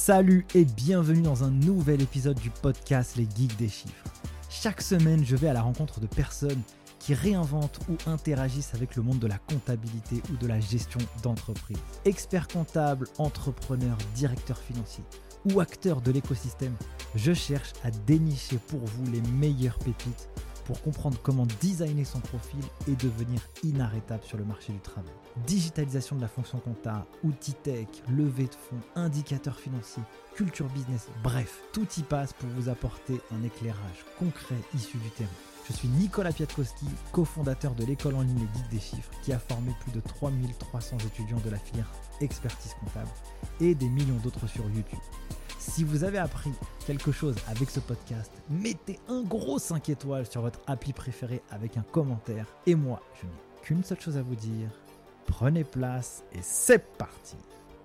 Salut et bienvenue dans un nouvel épisode du podcast Les Geeks des Chiffres. Chaque semaine, je vais à la rencontre de personnes qui réinventent ou interagissent avec le monde de la comptabilité ou de la gestion d'entreprise. Experts comptables, entrepreneurs, directeurs financiers ou acteurs de l'écosystème, je cherche à dénicher pour vous les meilleures pépites pour comprendre comment designer son profil et devenir inarrêtable sur le marché du travail. Digitalisation de la fonction compta, outils tech, levée de fonds, indicateurs financiers, culture business, bref, tout y passe pour vous apporter un éclairage concret issu du terrain. Je suis Nicolas Piatkowski, cofondateur de l'école en ligne Les Geeks des Chiffres, qui a formé plus de 3300 étudiants de la filière expertise comptable et des millions d'autres sur YouTube. Si vous avez appris quelque chose avec ce podcast, mettez un gros 5 étoiles sur votre appli préférée avec un commentaire. Et moi, je n'ai qu'une seule chose à vous dire. Prenez place et c'est parti.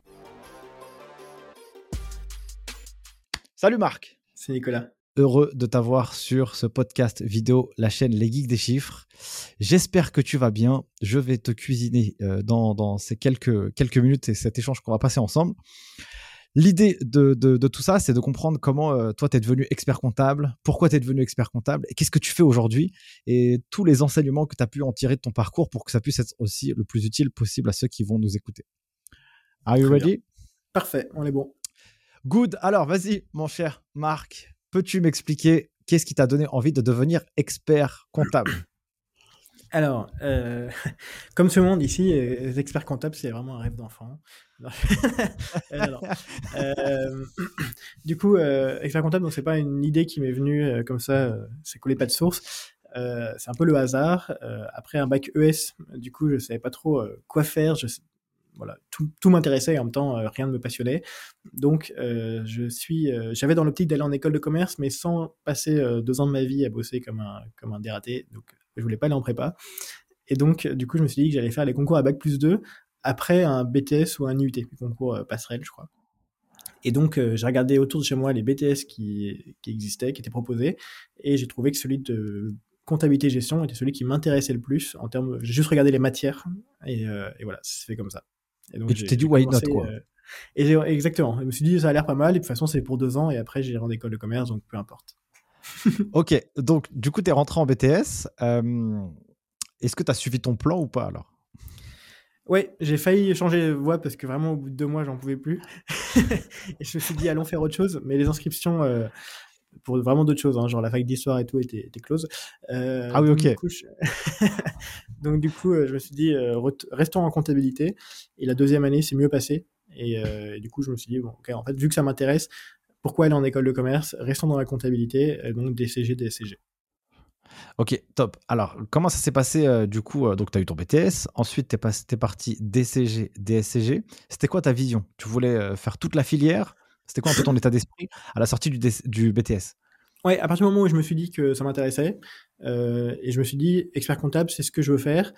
Salut Marc. C'est Nicolas. Heureux de t'avoir sur ce podcast vidéo, la chaîne Les Geeks des Chiffres. J'espère que tu vas bien. Je vais te cuisiner dans ces quelques minutes et cet échange qu'on va passer ensemble. L'idée de tout ça, c'est de comprendre comment toi, tu es devenu expert comptable, pourquoi tu es devenu expert comptable et qu'est-ce que tu fais aujourd'hui et tous les enseignements que tu as pu en tirer de ton parcours pour que ça puisse être aussi le plus utile possible à ceux qui vont nous écouter. Are you ready? Parfait, on est bon. Good. Alors, vas-y, mon cher Marc, peux-tu m'expliquer qu'est-ce qui t'a donné envie de devenir expert comptable? Alors, comme tout le monde ici, les experts comptables, c'est vraiment un rêve d'enfant. Alors, du coup, expert comptable, donc c'est pas une idée qui m'est venue comme ça, c'est collé pas de source. C'est un peu le hasard. Après un bac ES, du coup, je savais pas trop quoi faire. Voilà, tout m'intéressait et en même temps, rien ne me passionnait. Donc, j'avais dans l'optique d'aller en école de commerce, mais sans passer 2 ans de ma vie à bosser comme un dératé. Donc, je voulais pas aller en prépa. Et donc, du coup, je me suis dit que j'allais faire les concours à bac+2 après un BTS ou un IUT, les concours passerelle, je crois. Et donc, j'ai regardé autour de chez moi les BTS qui existaient, qui étaient proposés, et j'ai trouvé que celui de comptabilité-gestion était celui qui m'intéressait le plus en termes. J'ai juste regardé les matières, et voilà, ça s'est fait comme ça. Donc, et tu t'es dit why not, quoi. Exactement. Je me suis dit, ça a l'air pas mal, et de toute façon, c'est pour 2 ans, et après, j'ai en école de commerce, donc peu importe. Ok, donc du coup, tu es rentré en BTS. Est-ce que tu as suivi ton plan ou pas alors? Ouais, j'ai failli changer de voie parce que vraiment, au bout de 2 mois, j'en pouvais plus. Et je me suis dit, allons faire autre chose. Mais les inscriptions pour vraiment d'autres choses, hein, genre la fac d'histoire et tout, étaient closes. Ah oui, ok. Donc, du coup, je me suis dit, restons en comptabilité. Et la 2e année, c'est mieux passé. Et du coup, je me suis dit, bon, ok, en fait, vu que ça m'intéresse, pourquoi aller en école de commerce? Restons dans la comptabilité, donc DCG, DSCG. Ok, top. Alors, comment ça s'est passé du coup donc, tu as eu ton BTS. Ensuite, t'es parti DCG, DSCG. C'était quoi ta vision? Tu voulais faire toute la filière? C'était quoi un peu ton état d'esprit à la sortie du BTS? Ouais, à partir du moment où je me suis dit que ça m'intéressait, et je me suis dit, expert comptable, c'est ce que je veux faire,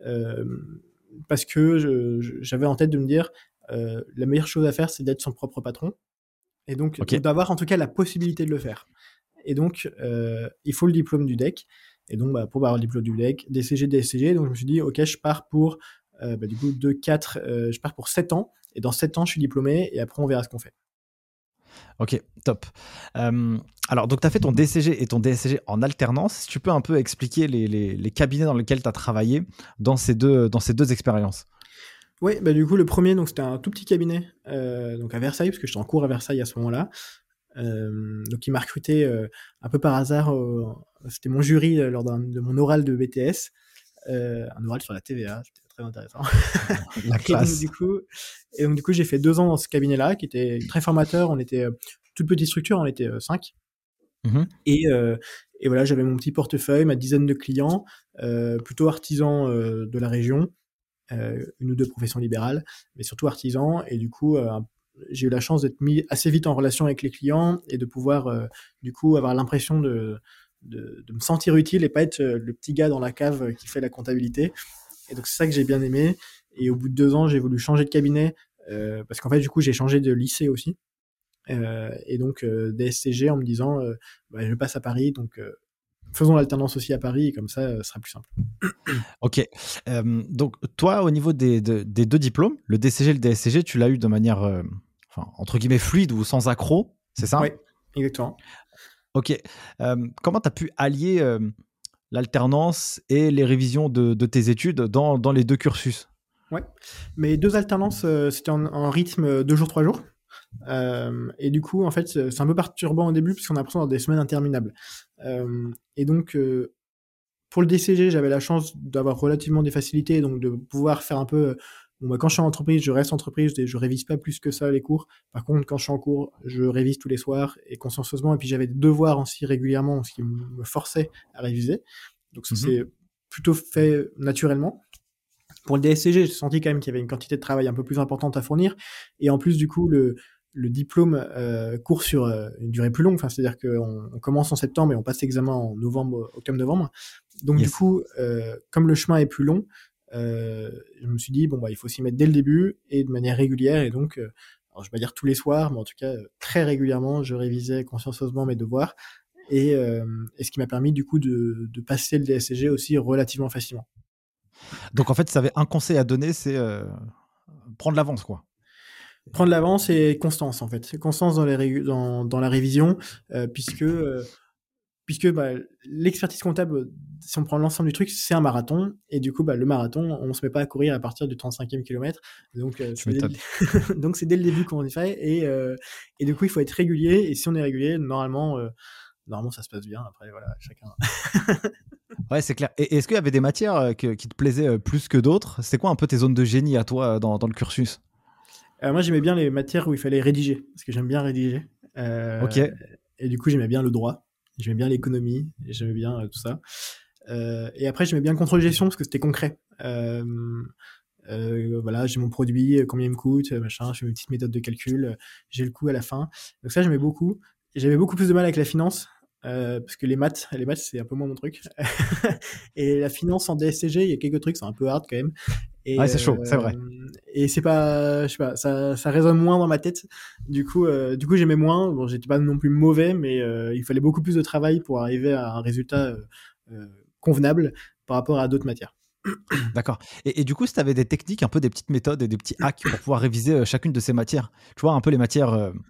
parce que j'avais en tête de me dire, la meilleure chose à faire, c'est d'être son propre patron, et donc d'avoir en tout cas la possibilité de le faire. Et donc, il faut le diplôme du DEC. Et donc, pour avoir le diplôme du DEC, DCG, DSCG, donc je me suis dit, ok, je pars pour, du coup, 2, 4, je pars pour 7 ans. Et dans 7 ans, je suis diplômé, et après, on verra ce qu'on fait. Ok, top. Alors, donc, tu as fait ton DCG et ton DSCG en alternance. Si tu peux un peu expliquer les cabinets dans lesquels tu as travaillé dans ces deux expériences. Oui, du coup, le premier, donc, c'était un tout petit cabinet donc à Versailles, parce que j'étais en cours à Versailles à ce moment-là. Donc, il m'a recruté un peu par hasard. C'était mon jury lors de mon oral de BTS. Un oral sur la TVA, c'était très intéressant. La classe. Et donc, du coup, j'ai fait 2 ans dans ce cabinet-là, qui était très formateur. On était toute petite structure, on était 5. Mm-hmm. Et voilà, j'avais mon petit portefeuille, ma dizaine de clients, plutôt artisans de la région, 1 ou 2 professions libérales, mais surtout artisans. Et du coup, j'ai eu la chance d'être mis assez vite en relation avec les clients et de pouvoir, du coup, avoir l'impression de me sentir utile et pas être le petit gars dans la cave qui fait la comptabilité. Et donc, c'est ça que j'ai bien aimé. Et au bout de 2 ans, j'ai voulu changer de cabinet parce qu'en fait, du coup, j'ai changé de lycée aussi. Et donc, DSCG en me disant, je passe à Paris, donc faisons l'alternance aussi à Paris, et comme ça, ce sera plus simple. Ok. Donc, toi, au niveau des 2 diplômes, le DCG et le DSCG, tu l'as eu de manière enfin, entre guillemets fluide ou sans accroc, c'est ça? Oui, exactement. Ok. Comment tu as pu allier l'alternance et les révisions de tes études dans les deux cursus? Ouais. Mes 2 alternances, c'était en rythme 2 jours, 3 jours. Et du coup, en fait, c'est un peu perturbant au début parce qu'on a l'impression d'avoir des semaines interminables. Et donc, pour le DCG, j'avais la chance d'avoir relativement des facilités, donc de pouvoir faire un peu. Bon, bah, quand je suis en entreprise, je reste en entreprise et je révise pas plus que ça les cours. Par contre, quand je suis en cours, je révise tous les soirs et consciencieusement. Et puis j'avais des devoirs aussi régulièrement, ce qui me forçait à réviser. Donc ça Mhm. s'est plutôt fait naturellement. Pour le DSCG, j'ai senti quand même qu'il y avait une quantité de travail un peu plus importante à fournir. Et en plus, du coup, le diplôme court sur une durée plus longue. Enfin, c'est-à-dire qu'on commence en septembre et on passe l'examen en novembre, octobre-novembre. Donc, du Yes. coup, comme le chemin est plus long, je me suis dit, bon, bah, il faut s'y mettre dès le début et de manière régulière. Et donc, alors, je vais pas dire tous les soirs, mais en tout cas, très régulièrement, je révisais consciencieusement mes devoirs. Et ce qui m'a permis, du coup, de passer le DSCG aussi relativement facilement. Donc en fait, si tu avais un conseil à donner, c'est prendre l'avance, quoi. Prendre l'avance et constance, en fait. Constance dans la révision, puisque bah, l'expertise comptable, si on prend l'ensemble du truc, c'est un marathon. Et du coup, bah, le marathon, on ne se met pas à courir à partir du 35e kilomètre. Donc, Tu m'étonnes. donc c'est dès le début qu'on y fait. Et du coup, il faut être régulier. Et si on est régulier, normalement, ça se passe bien. Après, voilà, chacun. Ouais, c'est clair. Et est-ce qu'il y avait des matières qui te plaisaient plus que d'autres? C'était quoi un peu tes zones de génie à toi dans le cursus? Moi, j'aimais bien les matières où il fallait rédiger, parce que j'aime bien rédiger. Ok. Et du coup, j'aimais bien le droit, j'aimais bien l'économie, et j'aimais bien tout ça. Et après, j'aimais bien le contrôle-gestion, parce que c'était concret. Voilà, j'ai mon produit, combien il me coûte, machin, je fais mes petites méthodes de calcul, j'ai le coût à la fin. Donc ça, j'aimais beaucoup. Et j'avais beaucoup plus de mal avec la finance, parce que les maths, c'est un peu moins mon truc. Et la finance en DSCG, il y a quelques trucs, c'est un peu hard quand même. Ouais, Et, c'est chaud, c'est vrai. et c'est pas, je sais pas, ça résonne moins dans ma tête. Du coup, j'aimais moins. Bon, j'étais pas non plus mauvais, mais il fallait beaucoup plus de travail pour arriver à un résultat euh, convenable par rapport à d'autres matières. D'accord. Et du coup, si tu avais des techniques, un peu des petites méthodes et des petits hacks pour pouvoir réviser chacune de ces matières, tu vois, un peu les matières,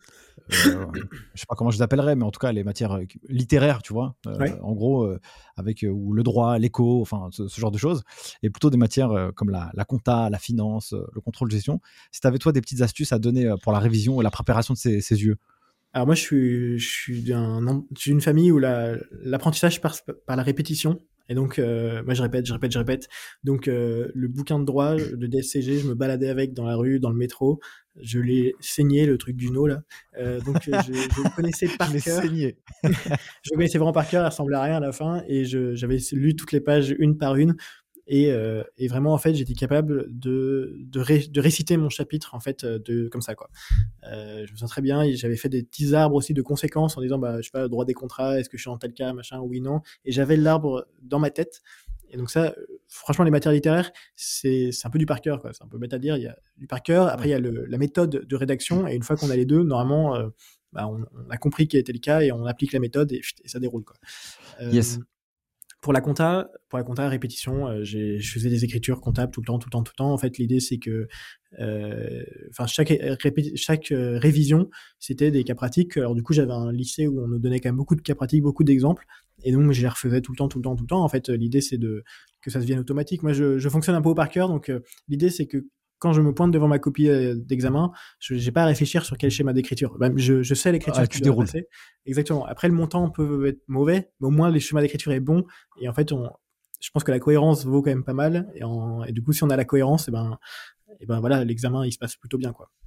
je sais pas comment je les appellerais, mais en tout cas les matières littéraires, tu vois, Ouais. en gros, avec ou le droit, l'éco, enfin ce genre de choses, et plutôt des matières comme la compta, la finance, le contrôle de gestion. Si tu avais toi des petites astuces à donner pour la révision et la préparation de ces yeux. Alors moi, je suis d'une famille où l'apprentissage passe par la répétition. Et donc, moi, je répète. Donc, le bouquin de droit de DSCG, je me baladais avec dans la rue, dans le métro. Je l'ai saigné, le truc du no, là. Donc, je le connaissais Je par l'ai cœur. saigné. Je le connaissais vraiment par cœur, il ressemblait à rien à la fin. Et j'avais lu toutes les pages une par une. Et vraiment, en fait, j'étais capable de réciter mon chapitre, en fait, comme ça, quoi. Je me sens très bien. Et j'avais fait des petits arbres aussi de conséquences en disant, bah, je sais pas, le droit des contrats, est-ce que je suis en tel cas, machin, oui, non. Et j'avais l'arbre dans ma tête. Et donc ça, franchement, les matières littéraires, c'est un peu du par cœur, quoi. C'est un peu bête à dire. Il y a du par cœur. Après, il Oui. y a la méthode de rédaction. Et une fois qu'on a les deux, normalement, bah, on a compris quel était le cas et on applique la méthode et ça déroule, quoi. Yes. Euh, pour la compta répétition, je faisais des écritures comptables tout le temps, tout le temps, tout le temps. En fait, l'idée c'est que, enfin chaque révision, c'était des cas pratiques. Alors du coup, j'avais un lycée où on nous donnait quand même beaucoup de cas pratiques, beaucoup d'exemples, et donc je les refaisais tout le temps, tout le temps, tout le temps. En fait, l'idée c'est que ça devienne automatique. Moi, je fonctionne un peu au par cœur, donc l'idée c'est que quand je me pointe devant ma copie d'examen, je n'ai pas à réfléchir sur quel schéma d'écriture. Même je sais Ah, l'écriture qui tu doit déroules. passer. Exactement. Après, le montant peut être mauvais, mais au moins le schéma d'écriture est bon. Et en fait, je pense que la cohérence vaut quand même pas mal. Et du coup, si on a la cohérence, et ben voilà, l'examen il se passe plutôt bien, quoi.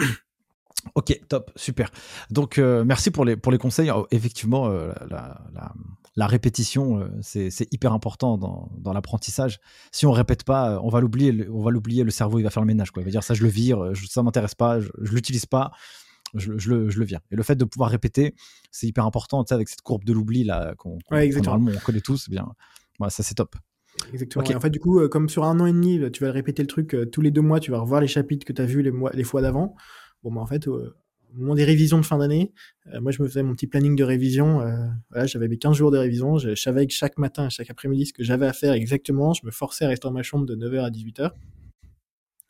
Ok, top, super. Donc, merci pour les conseils. Alors, effectivement, la répétition, c'est hyper important dans l'apprentissage. Si on répète pas, on va l'oublier. Le cerveau, il va faire le ménage, quoi. Il va dire ça, je le vire, ça m'intéresse pas, je l'utilise pas, je le vire. Et le fait de pouvoir répéter, c'est hyper important. Tu sais, avec cette courbe de l'oubli là, Ouais, exactement. normalement on connaît tous, eh bien, voilà, ça c'est top. Exactement. Ok, Et en fait, du coup, comme sur 1 an et demi, tu vas répéter le truc tous les 2 mois, tu vas revoir les chapitres que tu as vus les fois d'avant. Bon, bah, en fait, au moment des révisions de fin d'année, moi, je me faisais mon petit planning de révision. Voilà, j'avais mes 15 jours de révision. Je savais que chaque matin, chaque après-midi, ce que j'avais à faire exactement. Je me forçais à rester dans ma chambre de 9h à 18h.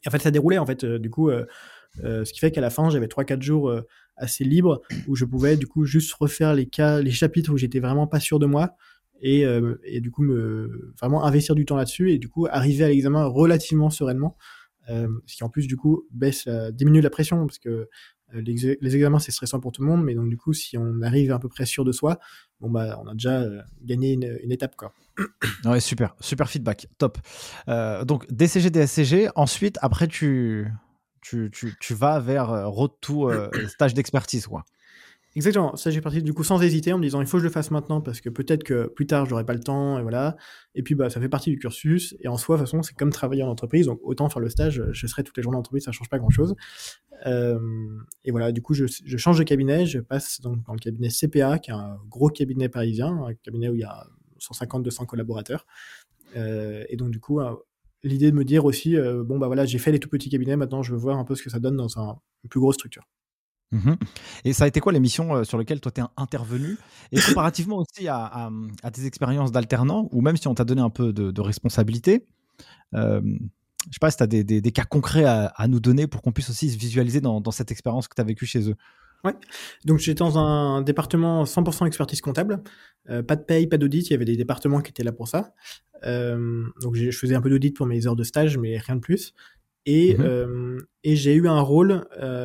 en fait, ça déroulait, en fait, du coup, ce qui fait qu'à la fin, j'avais 3-4 jours assez libres où je pouvais, du coup, juste refaire les chapitres où j'étais vraiment pas sûr de moi et du coup, vraiment investir du temps là-dessus et du coup, arriver à l'examen relativement sereinement. Ce qui en plus du coup diminue la pression parce que les examens c'est stressant pour tout le monde, mais donc du coup si on arrive à peu près sûr de soi, bon bah on a déjà gagné une étape quoi. Ouais, super feedback, top. Donc DCG, DSCG, ensuite après tu vas vers road to stage d'expertise quoi. Exactement, ça j'ai parti du coup sans hésiter en me disant il faut que je le fasse maintenant parce que peut-être que plus tard j'aurai pas le temps et voilà. Et puis bah ça fait partie du cursus et en soi de toute façon c'est comme travailler en entreprise donc autant faire le stage, je serai toutes les journées en entreprise, ça change pas grand chose. Et voilà, du coup je change de cabinet, je passe donc dans le cabinet CPA qui est un gros cabinet parisien, un cabinet où il y a 150-200 collaborateurs. Et donc du coup l'idée de me dire aussi bon bah voilà j'ai fait les tout petits cabinets, maintenant je veux voir un peu ce que ça donne dans une plus grosse structure. Et ça a été quoi les missions sur lesquelles toi t'es intervenu et comparativement aussi à tes expériences d'alternant ou même si on t'a donné un peu de responsabilité, je sais pas si tu as des cas concrets à nous donner pour qu'on puisse aussi se visualiser dans cette expérience que tu as vécue chez eux. Ouais, donc j'étais dans un département 100% expertise comptable, pas de paye, pas d'audit, il y avait des départements qui étaient là pour ça. Donc je faisais un peu d'audit pour mes heures de stage, mais rien de plus. Et j'ai eu un rôle,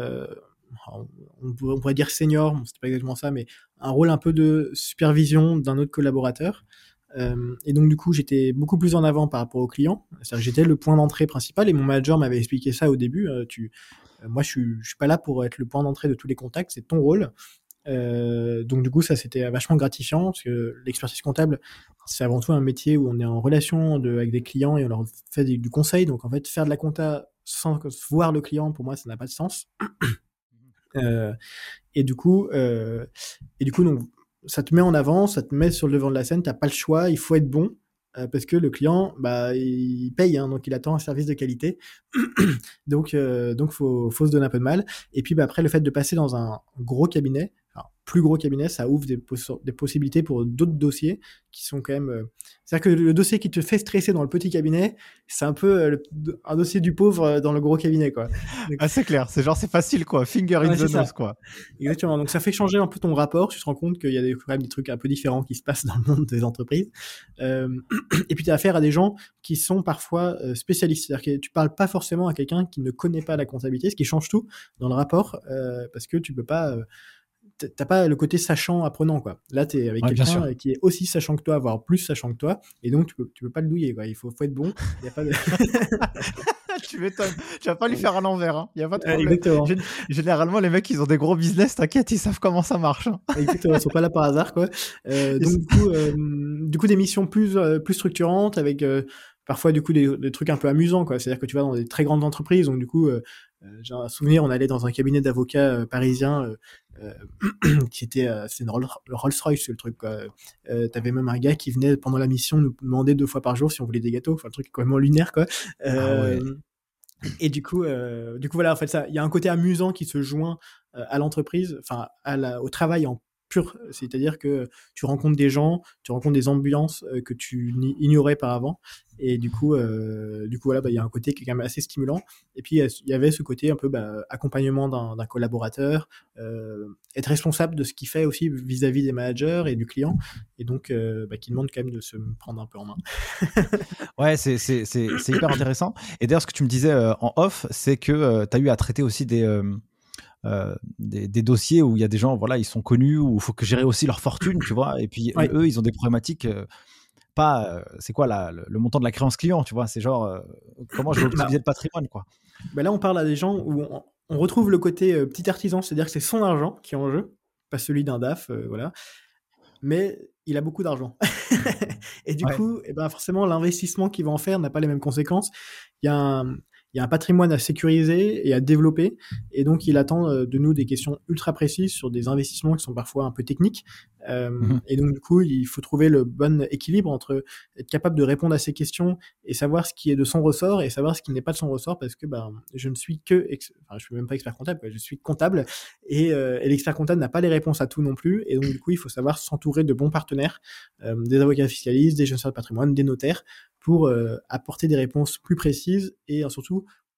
on pourrait dire senior, bon, c'était pas exactement ça, mais un rôle un peu de supervision d'un autre collaborateur. Et donc du coup j'étais beaucoup plus en avant par rapport aux clients, c'est-à-dire que j'étais le point d'entrée principal et mon manager m'avait expliqué ça au début, moi je suis pas là pour être le point d'entrée de tous les contacts, c'est ton rôle. Donc du coup ça c'était vachement gratifiant parce que l'expertise comptable c'est avant tout un métier où on est en relation avec des clients et on leur fait du conseil, donc en fait faire de la compta sans voir le client pour moi ça n'a pas de sens. euh, et du coup donc ça te met en avant, ça te met sur le devant de la scène, t'as pas le choix, il faut être bon. Parce que le client, bah, il paye, hein, donc il attend un service de qualité. Donc faut se donner un peu de mal. Et puis, bah, après, le fait de passer dans un gros cabinet, alors, plus gros cabinet, ça ouvre des possibilités pour d'autres dossiers qui sont quand même. C'est-à-dire que le dossier qui te fait stresser dans le petit cabinet, c'est un peu un dossier du pauvre dans le gros cabinet, quoi. Donc, ah, c'est clair, c'est genre c'est facile quoi, finger in the nose quoi. Exactement. Donc ça fait changer un peu ton rapport. Tu te rends compte qu'il y a quand même des trucs un peu différents qui se passent dans le monde des entreprises. Et puis tu as affaire à des gens qui sont parfois spécialistes. C'est-à-dire que tu parles pas forcément à quelqu'un qui ne connaît pas la comptabilité, ce qui change tout dans le rapport, parce que tu peux pas. T'as pas le côté sachant apprenant quoi. Là t'es avec quelqu'un qui est aussi sachant que toi, voire plus sachant que toi, et donc tu peux pas le douiller quoi. Il faut être bon. Il y a pas de... Tu m'étonnes. Tu vas pas lui faire à l'envers. Hein. Il y a pas de problème. Exactement. Généralement, les mecs, ils ont des gros business. T'inquiète, ils savent comment ça marche. Hein. Exactement. Ils sont pas là par hasard, quoi. Donc du coup, des missions plus structurantes avec parfois du coup des trucs un peu amusants, quoi. C'est-à-dire que tu vas dans des très grandes entreprises. Donc du coup, j'ai un souvenir, on allait dans un cabinet d'avocats parisien qui était c'est une Rolls-Royce le truc quoi. T'avais même un gars qui venait pendant la mission nous demander 2 fois par jour si on voulait des gâteaux, enfin le truc est complètement lunaire quoi. Et du coup voilà, en fait ça, il y a un côté amusant qui se joint à l'entreprise, enfin au travail en pur, c'est-à-dire que tu rencontres des gens, tu rencontres des ambiances que tu ignorais par avant, et du coup voilà, bah il y a un côté qui est quand même assez stimulant. Et puis il y avait ce côté un peu accompagnement d'un collaborateur, être responsable de ce qu'il fait aussi vis-à-vis des managers et du client, et donc qui demande quand même de se prendre un peu en main. Ouais, c'est hyper intéressant. Et d'ailleurs, ce que tu me disais en off, c'est que tu as eu à traiter aussi des dossiers où il y a des gens, voilà, ils sont connus, où il faut que gérer aussi leur fortune, tu vois. Et puis eux, ils ont des problématiques. C'est quoi le montant de la créance client, tu vois. C'est genre comment je vais optimiser le patrimoine, quoi. Là, on parle à des gens où on retrouve le côté petit artisan, c'est-à-dire que c'est son argent qui est en jeu, pas celui d'un DAF, voilà. Mais il a beaucoup d'argent. Et du coup, forcément, l'investissement qu'il va en faire n'a pas les mêmes conséquences. Il y a un patrimoine à sécuriser et à développer, et donc il attend de nous des questions ultra précises sur des investissements qui sont parfois un peu techniques. Et donc du coup, il faut trouver le bon équilibre entre être capable de répondre à ces questions et savoir ce qui est de son ressort et savoir ce qui n'est pas de son ressort, parce que je ne suis je suis même pas expert comptable, quoi. Je suis comptable, et l'expert comptable n'a pas les réponses à tout non plus, et donc du coup, il faut savoir s'entourer de bons partenaires, des avocats fiscalistes, des gestionnaires de patrimoine, des notaires, pour apporter des réponses plus précises et surtout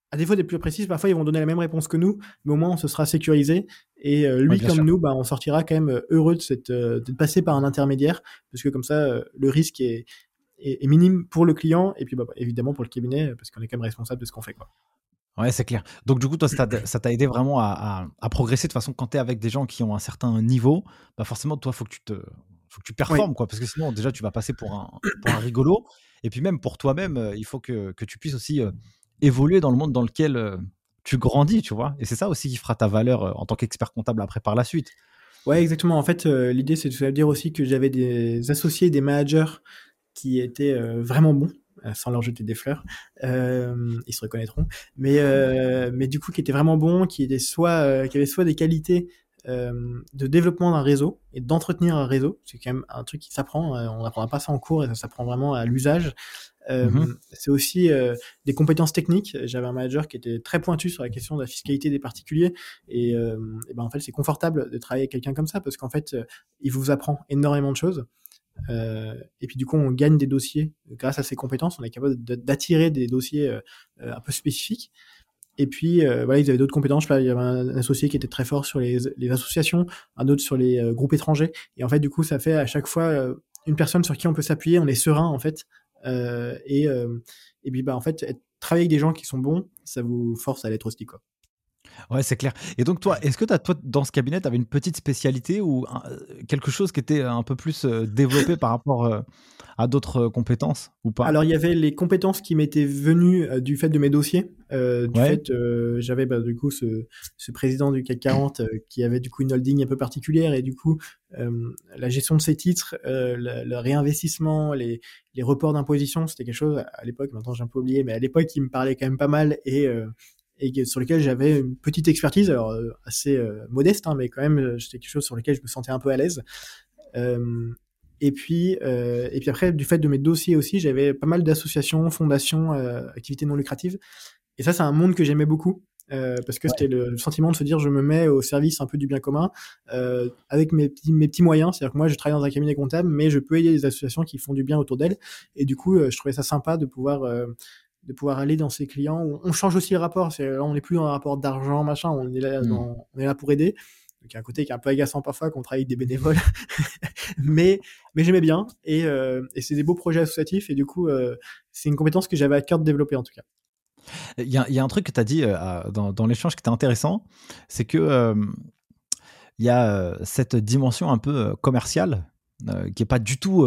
à défaut d'être plus précises, parfois ils vont donner la même réponse que nous, mais au moins on se sera sécurisé. Et Ouais, lui bien comme sûr. nous, on sortira quand même heureux d'être passé par un intermédiaire, parce que comme ça, le risque est minime pour le client et puis évidemment pour le cabinet, parce qu'on est quand même responsable de ce qu'on fait, quoi. Ouais, c'est clair. Donc, du coup, toi, ça t'a aidé vraiment à progresser. De toute façon, quand tu es avec des gens qui ont un certain niveau, bah forcément, toi, faut que tu Oui, performes, quoi. Parce que sinon, déjà, tu vas passer pour un rigolo. Et puis, même pour toi-même, il faut que tu puisses aussi évoluer dans le monde dans lequel tu grandis, tu vois. Et c'est ça aussi qui fera ta valeur en tant qu'expert comptable après par la suite. ouais, exactement. En fait, l'idée c'est de dire aussi que j'avais des associés, des managers qui étaient vraiment bons, sans leur jeter des fleurs. Ils se reconnaîtront. Mais du coup, qui étaient vraiment bons, qui avaient soit des qualités de développement d'un réseau et d'entretenir un réseau. C'est quand même un truc qui s'apprend. On n'apprendra pas ça en cours et ça s'apprend vraiment à l'usage. Mhm. C'est aussi des compétences techniques. J'avais un manager qui était très pointu sur la question de la fiscalité des particuliers et ben en fait c'est confortable de travailler avec quelqu'un comme ça parce qu'en fait il vous apprend énormément de choses. Et puis du coup, on gagne des dossiers grâce à ses compétences. On est capable d'attirer des dossiers un peu spécifiques. Et puis voilà, ils avaient d'autres compétences. Je sais pas, il y avait un associé qui était très fort sur les associations, un autre sur les groupes étrangers. Et en fait, du coup, ça fait à chaque fois une personne sur qui on peut s'appuyer. On est serein en fait. Et puis en fait, travailler avec des gens qui sont bons, ça vous force à l'être aussi, quoi. Ouais, c'est clair. Et donc, toi, est-ce que toi, dans ce cabinet, tu avais une petite spécialité ou quelque chose qui était un peu plus développé par rapport à d'autres compétences ou pas? Alors, il y avait les compétences qui m'étaient venues du fait de mes dossiers. Du Ouais. fait, j'avais du coup ce président du CAC 40 qui avait du coup une holding un peu particulière et du coup la gestion de ses titres, le réinvestissement, les reports d'imposition, c'était quelque chose à l'époque, maintenant j'ai un peu oublié, mais à l'époque qui me parlait quand même pas mal et sur lequel j'avais une petite expertise, alors assez modeste, hein, mais quand même c'était quelque chose sur lequel je me sentais un peu à l'aise. Euh, et puis après, du fait de mes dossiers aussi, j'avais pas mal d'associations, fondations, activités non lucratives. Et ça, c'est un monde que j'aimais beaucoup. Parce que c'était le sentiment de se dire je me mets au service un peu du bien commun avec mes petits moyens. C'est-à-dire que moi, je travaille dans un cabinet comptable, mais je peux aider des associations qui font du bien autour d'elles. Et du coup, je trouvais ça sympa de pouvoir aller dans ces clients. On change aussi le rapport. Là, on n'est plus dans un rapport d'argent, machin. Hmm. On est là pour aider. Donc, il y a un côté qui est un peu agaçant parfois quand on travaille avec des bénévoles. mais j'aimais bien. Et c'est des beaux projets associatifs. Et du coup, c'est une compétence que j'avais à cœur de développer en tout cas. Il y a un truc que tu as dit dans l'échange qui était intéressant, c'est que il y a cette dimension un peu commerciale qui est pas du tout,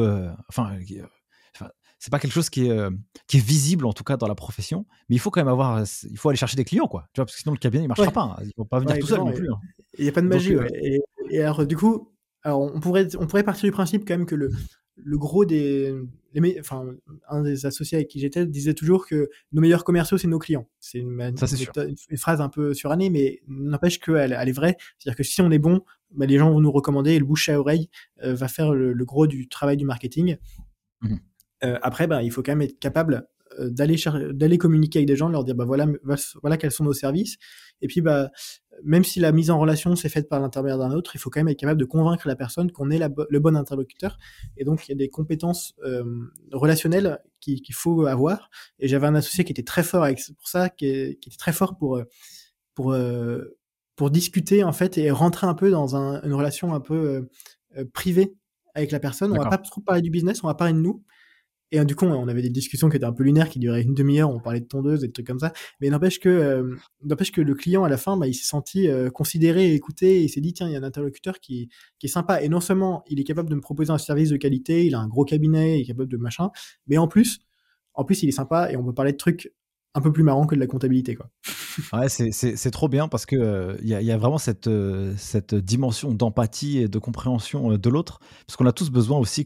enfin, c'est pas quelque chose qui est visible en tout cas dans la profession, mais il faut quand même il faut aller chercher des clients, quoi. Tu vois, parce que sinon le cabinet il marchera Ouais, pas, hein. Ils vont pas venir ouais, tout seul exactement. non Il plus, hein. n'y a pas de Donc magie. Ouais. Et alors, du coup, alors on pourrait partir du principe quand même que le gros enfin, un des associés avec qui j'étais disait toujours que nos meilleurs commerciaux, c'est nos clients. C'est ça c'est sûr. une phrase un peu surannée, mais n'empêche qu'elle est vraie. C'est-à-dire que si on est bon, les gens vont nous recommander et le bouche à oreille va faire le gros du travail du marketing. Mmh. Après, il faut quand même être capable d'aller communiquer avec des gens, de leur dire voilà quels sont nos services. Et puis même si la mise en relation s'est faite par l'intermédiaire d'un autre, il faut quand même être capable de convaincre la personne qu'on est le bon interlocuteur. Et donc il y a des compétences relationnelles qu'il faut avoir. Et j'avais un associé qui était très fort pour ça, qui était très fort pour euh, pour discuter en fait et rentrer un peu dans une relation un peu privée avec la personne. On va D'accord. pas trop parler du business, on va parler de nous. Et du coup, on avait des discussions qui étaient un peu lunaires, qui duraient une demi-heure, on parlait de tondeuse et de trucs comme ça. Mais n'empêche que le client, à la fin, il s'est senti considéré et écouté, et il s'est dit, tiens, il y a un interlocuteur qui est sympa. Et non seulement il est capable de me proposer un service de qualité, il a un gros cabinet, il est capable de machin, mais en plus, il est sympa et on peut parler de trucs un peu plus marrants que de la comptabilité, quoi. Ouais, c'est trop bien parce que, il y a vraiment cette dimension d'empathie et de compréhension, de l'autre. Parce qu'on a tous besoin aussi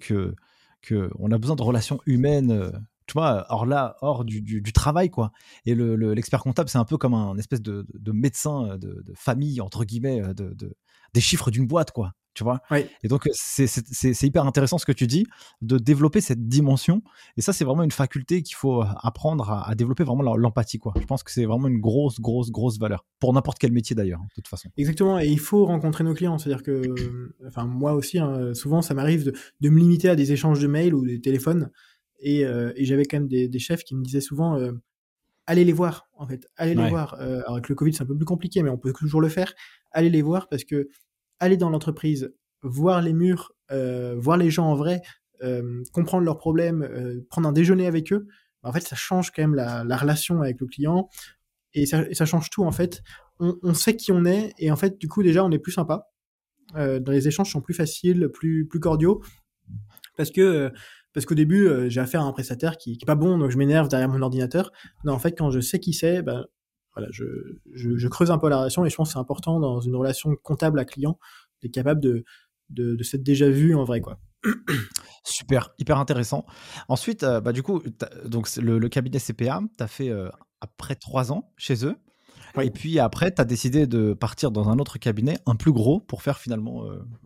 on a besoin de relations humaines, tu vois? Hors du travail, quoi. Et l'expert comptable, c'est un peu comme un espèce de médecin, de «famille» entre guillemets, des chiffres d'une boîte, quoi, tu vois? Ouais, Et donc, c'est hyper intéressant ce que tu dis, de développer cette dimension. Et ça, c'est vraiment une faculté qu'il faut apprendre à développer vraiment l'empathie, quoi. Je pense que c'est vraiment une grosse, grosse, grosse valeur. Pour n'importe quel métier d'ailleurs, hein, de toute façon. exactement. Et il faut rencontrer nos clients. C'est-à-dire que, enfin, moi aussi, hein, souvent, ça m'arrive de me limiter à des échanges de mails ou des téléphones. Et j'avais quand même des chefs qui me disaient souvent, allez les voir, en fait. Allez les Ouais. voir. Alors avec le Covid, c'est un peu plus compliqué, mais on peut toujours le faire. Allez les voir parce que aller dans l'entreprise, voir les murs, voir les gens en vrai, comprendre leurs problèmes, prendre un déjeuner avec eux, en fait, ça change quand même la relation avec le client et ça change tout, en fait. On sait qui on est et en fait, du coup, déjà, on est plus sympa. Dans les échanges sont plus faciles, plus cordiaux parce que parce qu'au début, j'ai affaire à un prestataire qui est pas bon, donc je m'énerve derrière mon ordinateur. Non, en fait, quand je sais qui c'est, ben voilà, je creuse un peu la relation et je pense que c'est important dans une relation comptable à client d'être capable de s'être déjà vu en vrai, quoi. Super, hyper intéressant. Ensuite, bah, du coup, donc c'est le cabinet CPA, tu as fait après 3 ans chez eux. Oui, Et puis après, tu as décidé de partir dans un autre cabinet, un plus gros, pour faire finalement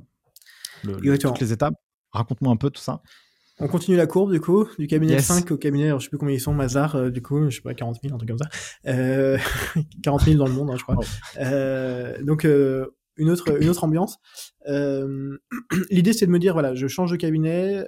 toutes exactement. les étapes. Raconte-moi un peu tout ça. On continue la courbe, du coup, du cabinet de Yes. 5 au cabinet, alors je sais plus combien ils sont, Mazar, du coup, je sais pas, 40 000, un truc comme ça. 40 000 dans le monde, hein, je crois. Wow. Donc, une autre ambiance. L'idée, c'est de me dire, voilà, je change de cabinet,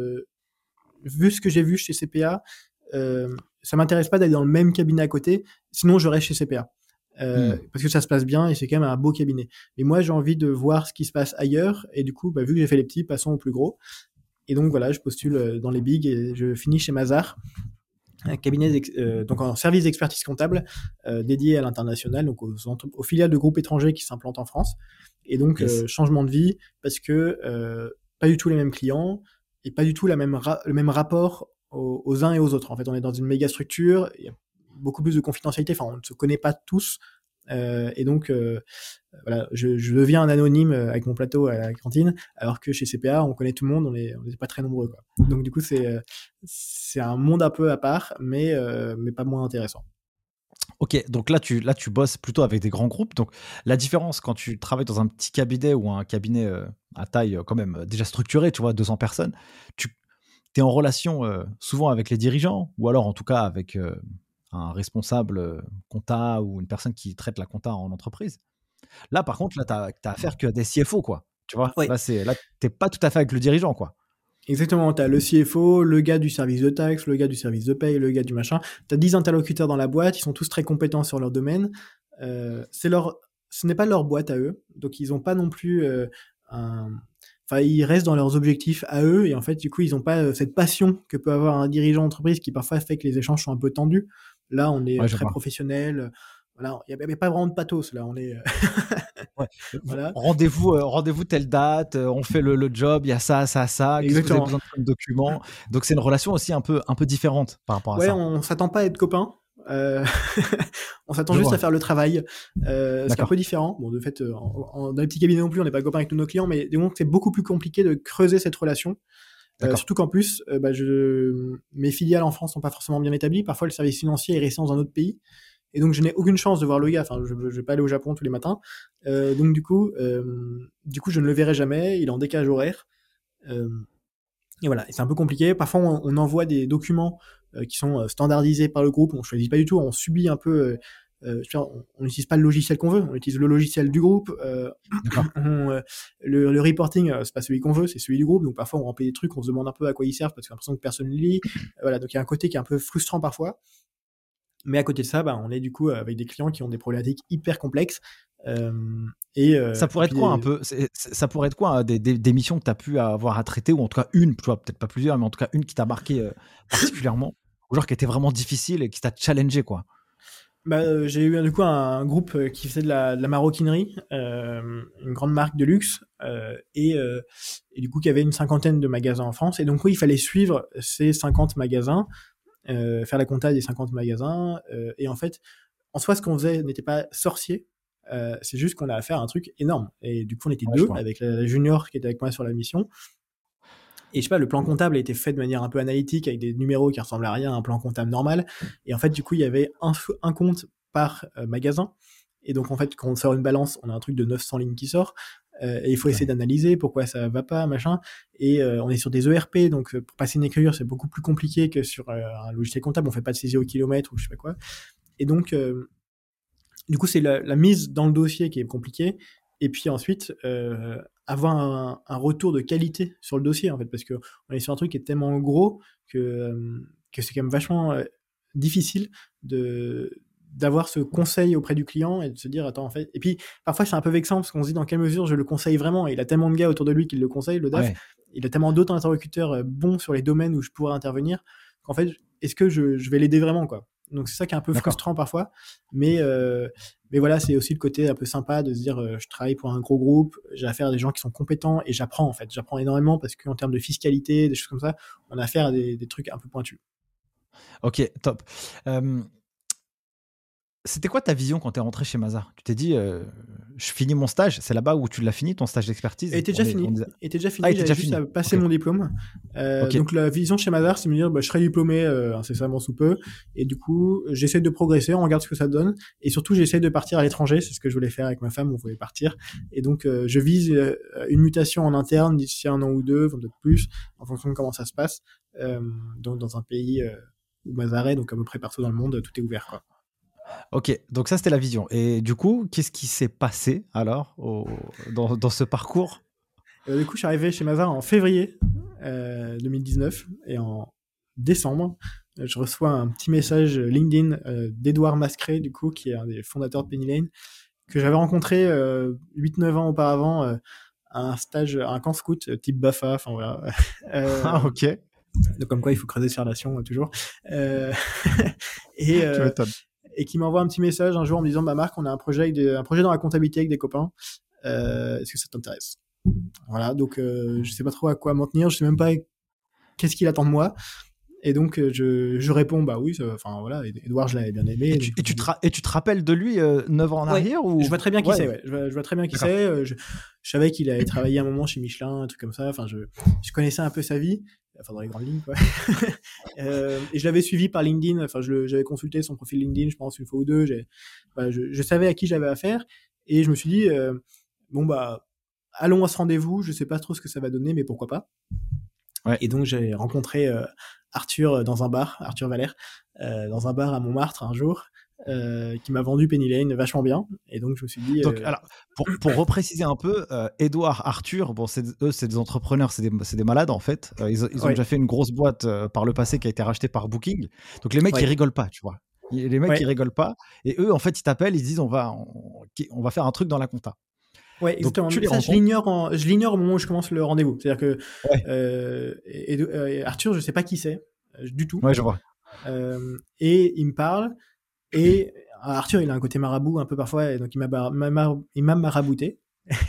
vu ce que j'ai vu chez CPA, ça m'intéresse pas d'aller dans le même cabinet à côté, sinon je reste chez CPA. Hmm. Parce que ça se passe bien et c'est quand même un beau cabinet. Mais moi, j'ai envie de voir ce qui se passe ailleurs, et du coup, bah, vu que j'ai fait les petits, passons au plus gros. Et donc voilà, je postule dans les bigs et je finis chez Mazar, un cabinet donc en service d'expertise comptable dédié à l'international, donc aux filiales de groupes étrangers qui s'implantent en France. Et donc Yes. changement de vie parce que pas du tout les mêmes clients et pas du tout le même rapport aux uns et aux autres. En fait, on est dans une méga structure, il y a beaucoup plus de confidentialité, enfin on ne se connaît pas tous. Et donc voilà, je deviens un anonyme avec mon plateau à la cantine, alors que chez CPA, on connaît tout le monde, on n'est pas très nombreux, quoi. Donc du coup, c'est un monde un peu à part, mais pas moins intéressant. Ok, donc là, tu bosses plutôt avec des grands groupes. Donc la différence quand tu travailles dans un petit cabinet ou un cabinet à taille quand même déjà structurée, tu vois, 200 personnes, tu es en relation souvent avec les dirigeants ou alors en tout cas avec un responsable compta ou une personne qui traite la compta en entreprise. Là, par contre, là, tu as affaire qu'à des CFO, quoi. Tu vois, Oui, là, t'es pas tout à fait avec le dirigeant, quoi. exactement. Tu as le CFO, le gars du service de taxe, le gars du service de paye, le gars du machin. Tu as 10 interlocuteurs dans la boîte, ils sont tous très compétents sur leur domaine. Ce n'est pas leur boîte à eux, donc ils n'ont pas non plus un... Enfin, ils restent dans leurs objectifs à eux, et en fait, du coup, ils n'ont pas cette passion que peut avoir un dirigeant d'entreprise qui parfois fait que les échanges sont un peu tendus. Là, on est Ouais, je très vois. professionnel. Voilà, il n'y a pas vraiment de pathos, là. On est... Ouais. voilà, Rendez-vous telle date, on fait le job, il y a ça, ça, ça, qu'est-ce que vous avez exactement. besoin de comme document? Donc c'est une relation aussi un peu différente par rapport à Ouais, ça. on s'attend pas à être copains. Euh, on s'attend Je juste à vois. faire le travail, ce qui est un peu D'accord. différent. Bon, de fait, dans les petits cabinets non plus, on n'est pas copains avec tous nos clients, mais donc c'est beaucoup plus compliqué de creuser cette relation. D'accord. Surtout qu'en plus, mes filiales en France sont pas forcément bien établies. Parfois, le service financier est resté dans un autre pays. Et donc, je n'ai aucune chance de voir le gars. Enfin, je vais pas aller au Japon tous les matins. Donc, du coup, je ne le verrai jamais. Il est en décalage horaire. Euh, et voilà, et c'est un peu compliqué. Parfois, on envoie des documents qui sont standardisés par le groupe. On choisit pas du tout. On subit un peu. On n'utilise pas le logiciel qu'on veut. On utilise le logiciel du groupe. D'accord. Le reporting, c'est pas celui qu'on veut, c'est celui du groupe. Donc parfois, on remplit des trucs, on se demande un peu à quoi ils servent parce qu'on a l'impression que personne ne lit. Voilà, donc il y a un côté qui est un peu frustrant parfois. Mais à côté de ça, bah, on est du coup avec des clients qui ont des problématiques hyper complexes. Euh, Ça et pourrait être puis quoi un peu? Ça pourrait être quoi des missions que tu as pu avoir à traiter ou en tout cas une, tu vois, peut-être pas plusieurs, mais en tout cas une qui t'a marqué particulièrement, ou genre qui était vraiment difficile et qui t'a challengé, quoi. bah, j'ai eu du coup un groupe qui faisait de la maroquinerie, une grande marque de luxe, et du coup qui avait une cinquantaine de magasins en France. Et donc oui, il fallait suivre ces 50 magasins, faire la compta des 50 magasins. Et en fait, en soi, ce qu'on faisait n'était pas sorcier. C'est juste qu'on a affaire à un truc énorme. Et du coup, on était Ouais, je deux vois. avec la junior qui était avec moi sur la mission. Et je sais pas, le plan comptable a été fait de manière un peu analytique avec des numéros qui ressemblent à rien à un plan comptable normal. Et en fait, du coup, il y avait un compte par magasin. Et donc, en fait, quand on sort une balance, on a un truc de 900 lignes qui sort. Et il faut essayer Ouais. d'analyser pourquoi ça va pas, machin. Et on est sur des ERP, donc pour passer une écriture, c'est beaucoup plus compliqué que sur un logiciel comptable. On fait pas de saisie au kilomètre ou je sais pas quoi. Et donc, du coup, c'est la mise dans le dossier qui est compliquée. Et puis ensuite, avoir un retour de qualité sur le dossier, en fait, parce qu'on est sur un truc qui est tellement gros que c'est quand même vachement difficile d'avoir ce conseil auprès du client et de se dire attends en fait, et puis parfois c'est un peu vexant parce qu'on se dit dans quelle mesure je le conseille vraiment, et il a tellement de gars autour de lui qui le conseillent, le DAF, il a tellement d'autres interlocuteurs bons sur les domaines où je pourrais intervenir qu'en fait est-ce que je vais l'aider vraiment quoi. Donc c'est ça qui est un peu frustrant parfois, mais voilà, c'est aussi le côté un peu sympa de se dire je travaille pour un gros groupe, j'ai affaire à des gens qui sont compétents et j'apprends énormément parce qu'en termes de fiscalité, des choses comme ça, on a affaire à des trucs un peu pointus. Ok, top. C'était quoi ta vision quand tu es rentré chez Mazars? Tu t'es dit, je finis mon stage, c'est là-bas où tu l'as fini, ton stage d'expertise? Il était déjà fini. Ah, J'avais juste à passer mon diplôme. Donc la vision chez Mazars, c'est de me dire, je serai diplômé incessamment sous peu. Et du coup, j'essaie de progresser, on regarde ce que ça donne. Et surtout, j'essaie de partir à l'étranger. C'est ce que je voulais faire avec ma femme, on voulait partir. Et donc, je vise une mutation en interne d'ici 1 an ou 2, peut-être plus, en fonction de comment ça se passe. Donc dans un pays où Mazars est, donc à peu près partout dans le monde, tout est ouvert, quoi. Ok, donc ça c'était la vision. Et du coup, qu'est-ce qui s'est passé alors dans ce parcours? Du coup, je suis arrivé chez Mazars en février 2019 et en décembre, je reçois un petit message LinkedIn d'Edouard Mascret, du coup, qui est un des fondateurs de Penny Lane, que j'avais rencontré 8-9 ans auparavant à un stage, à un camp scout type BAFA, enfin voilà. Ah, ok. Donc comme quoi, il faut creuser ses relations toujours. Et qui m'envoie un petit message un jour en me disant, Marc, on a un projet dans la comptabilité avec des copains. Est-ce que ça t'intéresse? Voilà, donc je sais pas trop à quoi m'en tenir, je sais même pas qu'est-ce qu'il attend de moi. Et donc je réponds bah oui, enfin voilà, Edouard je l'avais bien aimé. Et tu te rappelles de lui 9 ans en arrière ou... Je vois très bien qui c'est, ouais. Je vois très bien qui c'est. Je savais qu'il avait travaillé un moment chez Michelin, un truc comme ça. Enfin, je connaissais un peu sa vie, enfin dans les grandes lignes quoi. Et je l'avais suivi par LinkedIn. Enfin, j'avais consulté son profil LinkedIn, je pense une fois ou deux. Je savais à qui j'avais affaire et je me suis dit bon bah allons à ce rendez-vous. Je sais pas trop ce que ça va donner, mais pourquoi pas. Ouais. Et donc j'ai rencontré Arthur dans un bar, Arthur Valère, dans un bar à Montmartre un jour, qui m'a vendu Penny Lane vachement bien. Et donc je me suis dit. Donc alors pour repréciser un peu, Edouard, Arthur, bon eux c'est des entrepreneurs, c'est des malades en fait. Ils ont déjà fait une grosse boîte par le passé qui a été rachetée par Booking. Donc les mecs ils rigolent pas, tu vois. Les mecs ils rigolent pas. Et eux en fait ils t'appellent, ils disent on va faire un truc dans la compta. Ouais, exactement. Donc, ça, je l'ignore au moment où je commence le rendez-vous. C'est-à-dire que Arthur, je sais pas qui c'est du tout. Ouais, je vois. Et il me parle. Et Arthur, il a un côté marabout un peu parfois, et donc il m'a marabouté.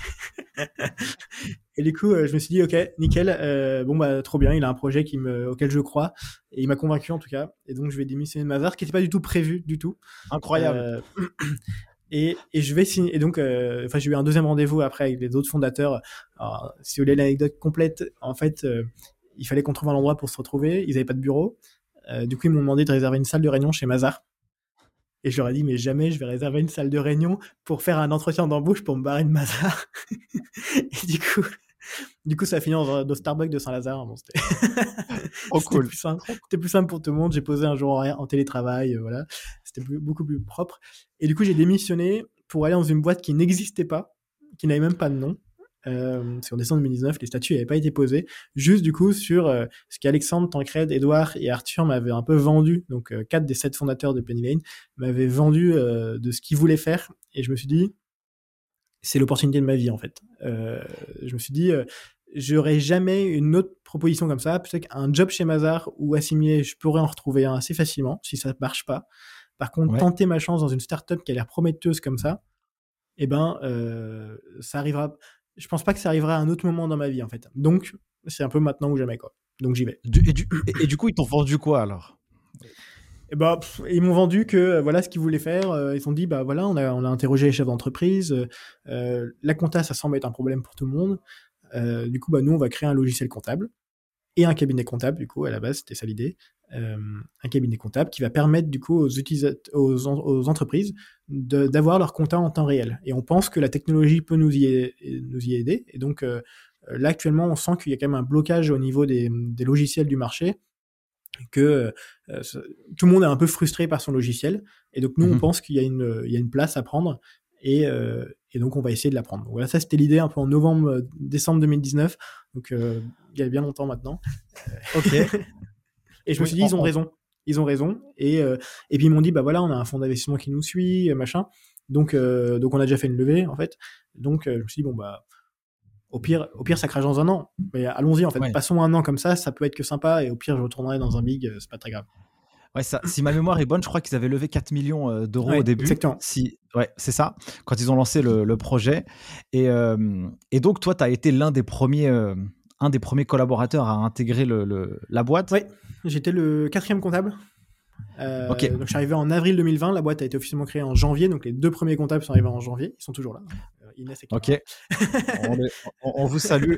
Et du coup, je me suis dit, ok, nickel, bon bah trop bien, il a un projet auquel je crois, et il m'a convaincu en tout cas. Et donc je vais démissionner de Mazars, qui n'était pas du tout prévu du tout. Incroyable. Et je vais signer. Et donc, j'ai eu un deuxième rendez-vous après avec les autres fondateurs. Alors, si vous voulez l'anecdote complète, en fait, il fallait qu'on trouve un endroit pour se retrouver. Ils n'avaient pas de bureau. Du coup, ils m'ont demandé de réserver une salle de réunion chez Mazars. Et je leur ai dit, mais jamais je vais réserver une salle de réunion pour faire un entretien d'embauche pour me barrer de Mazars. Et du coup, ça a fini dans Starbucks de Saint-Lazare. Bon, c'était cool. C'était plus simple pour tout le monde. J'ai posé un jour en télétravail, voilà. C'était beaucoup plus propre. Et du coup, j'ai démissionné pour aller dans une boîte qui n'existait pas, qui n'avait même pas de nom. C'est en décembre 2019, les statuts n'avaient pas été posés. Juste du coup sur ce qu'Alexandre, Tancred, Edouard et Arthur m'avaient un peu vendu. Donc 4 des 7 fondateurs de Penny Lane m'avaient vendu de ce qu'ils voulaient faire. Et je me suis dit, c'est l'opportunité de ma vie en fait. Je me suis dit, j'aurais jamais une autre proposition comme ça. Peut-être qu'un job chez Mazars ou assimilé, je pourrais en retrouver un assez facilement si ça ne marche pas. Par contre, tenter ma chance dans une startup qui a l'air prometteuse comme ça, eh ben, ça arrivera. Je pense pas que ça arrivera à un autre moment dans ma vie en fait. Donc, c'est un peu maintenant ou jamais quoi. Donc j'y vais. Et du coup, ils t'ont vendu quoi alors? Et bah, ils m'ont vendu que voilà ce qu'ils voulaient faire. Ils ont dit bah voilà, on a interrogé les chefs d'entreprise. La compta, ça semble être un problème pour tout le monde. Du coup, bah nous, on va créer un logiciel comptable et un cabinet comptable. Du coup, à la base, c'était ça l'idée. Un cabinet comptable qui va permettre du coup aux entreprises d'avoir leur compta en temps réel. Et on pense que la technologie peut nous y aider. Et donc là, actuellement, on sent qu'il y a quand même un blocage au niveau des logiciels du marché, que tout le monde est un peu frustré par son logiciel. Et donc nous, on pense qu'il y a une place à prendre. Et donc on va essayer de la prendre. Donc, voilà, ça c'était l'idée un peu en décembre 2019. Donc il y a bien longtemps maintenant. Ok. Et je me suis dit, ils ont raison. ils ont raison. Et puis ils m'ont dit, bah voilà, on a un fonds d'investissement qui nous suit, machin. Donc on a déjà fait une levée en fait. Donc je me suis dit bon bah au pire ça crache dans un an. Mais allons-y en fait. Ouais. Passons un an comme ça peut être que sympa. Et au pire je retournerai dans un big, c'est pas très grave. Ouais, ça, si ma mémoire est bonne, je crois qu'ils avaient levé 4 millions d'euros Ouais, au début. exactement. Ouais, c'est ça, quand ils ont lancé le projet. Et donc, toi, tu as été un des premiers collaborateurs à intégrer la boîte. Ouais, j'étais le 4e comptable. Ok. Donc je suis arrivé en avril 2020, la boîte a été officiellement créée en janvier, donc les 2 premiers comptables sont arrivés en janvier, ils sont toujours là, Inès et Clara. Ok, on vous salue.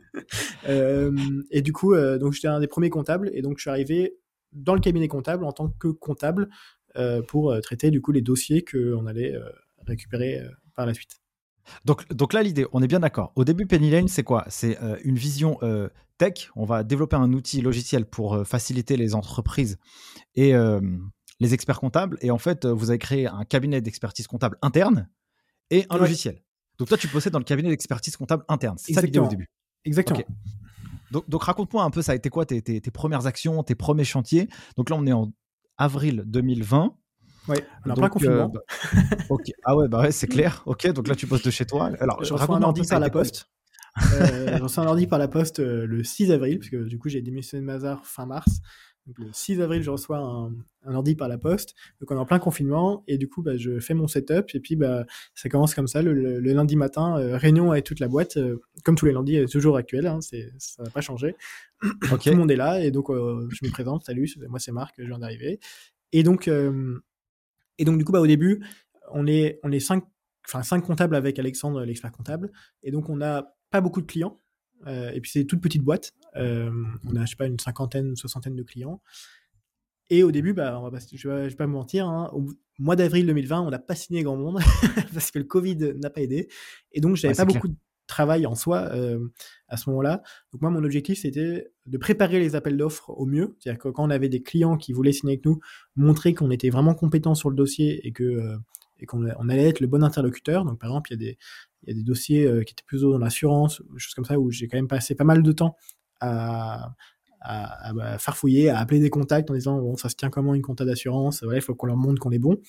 Et du coup, donc j'étais un des premiers comptables, et donc je suis arrivé dans le cabinet comptable en tant que comptable pour traiter du coup les dossiers qu'on allait récupérer par la suite. Donc là, l'idée, on est bien d'accord. Au début, Penny Lane, c'est quoi? C'est une vision tech. On va développer un outil logiciel pour faciliter les entreprises et les experts comptables. Et en fait, vous avez créé un cabinet d'expertise comptable interne et un logiciel. Donc toi, tu possèdes dans le cabinet d'expertise comptable interne. C'est ça l'idée au début. Exactement. Okay. Donc raconte-moi un peu, ça a été quoi tes premières actions, tes premiers chantiers. Donc là, on est en avril 2020. Ouais, on est en plein confinement. Okay. Ah ouais, bah ouais, c'est clair. Ok, donc là, tu bosses de chez toi. Alors, je reçois un ordi par la poste. Je reçois un ordi par la poste le 6 avril, parce que du coup, j'ai démissionné de Mazars fin mars. Donc le 6 avril, je reçois un ordi par la poste. Donc on est en plein confinement, et du coup, bah, je fais mon setup, et puis bah, ça commence comme ça, le lundi matin, réunion avec toute la boîte, comme tous les lundis, toujours actuel, hein, ça n'a pas changé. Okay. Tout le monde est là, et donc je me présente, salut, moi c'est Marc, je viens d'arriver. Et donc du coup, bah, au début, on est 5 comptables avec Alexandre, l'expert comptable, et donc on n'a pas beaucoup de clients. Et puis c'est une toute petite boîte. On a, je sais pas, une soixantaine de clients. Et au début, bah, je vais pas me mentir, hein, au mois d'avril 2020, on n'a pas signé grand monde parce que le Covid n'a pas aidé. Et donc, j'avais pas beaucoup de travail en soi à ce moment-là. Donc moi, mon objectif, c'était de préparer les appels d'offres au mieux. C'est-à-dire que quand on avait des clients qui voulaient signer avec nous, montrer qu'on était vraiment compétent sur le dossier et qu'on allait être le bon interlocuteur. Donc par exemple, il y a des dossiers qui étaient plutôt dans l'assurance, des choses comme ça, où j'ai quand même passé pas mal de temps à farfouiller, à appeler des contacts en disant bon, ça se tient comment une compta d'assurance, il faut qu'on leur montre qu'on est bon.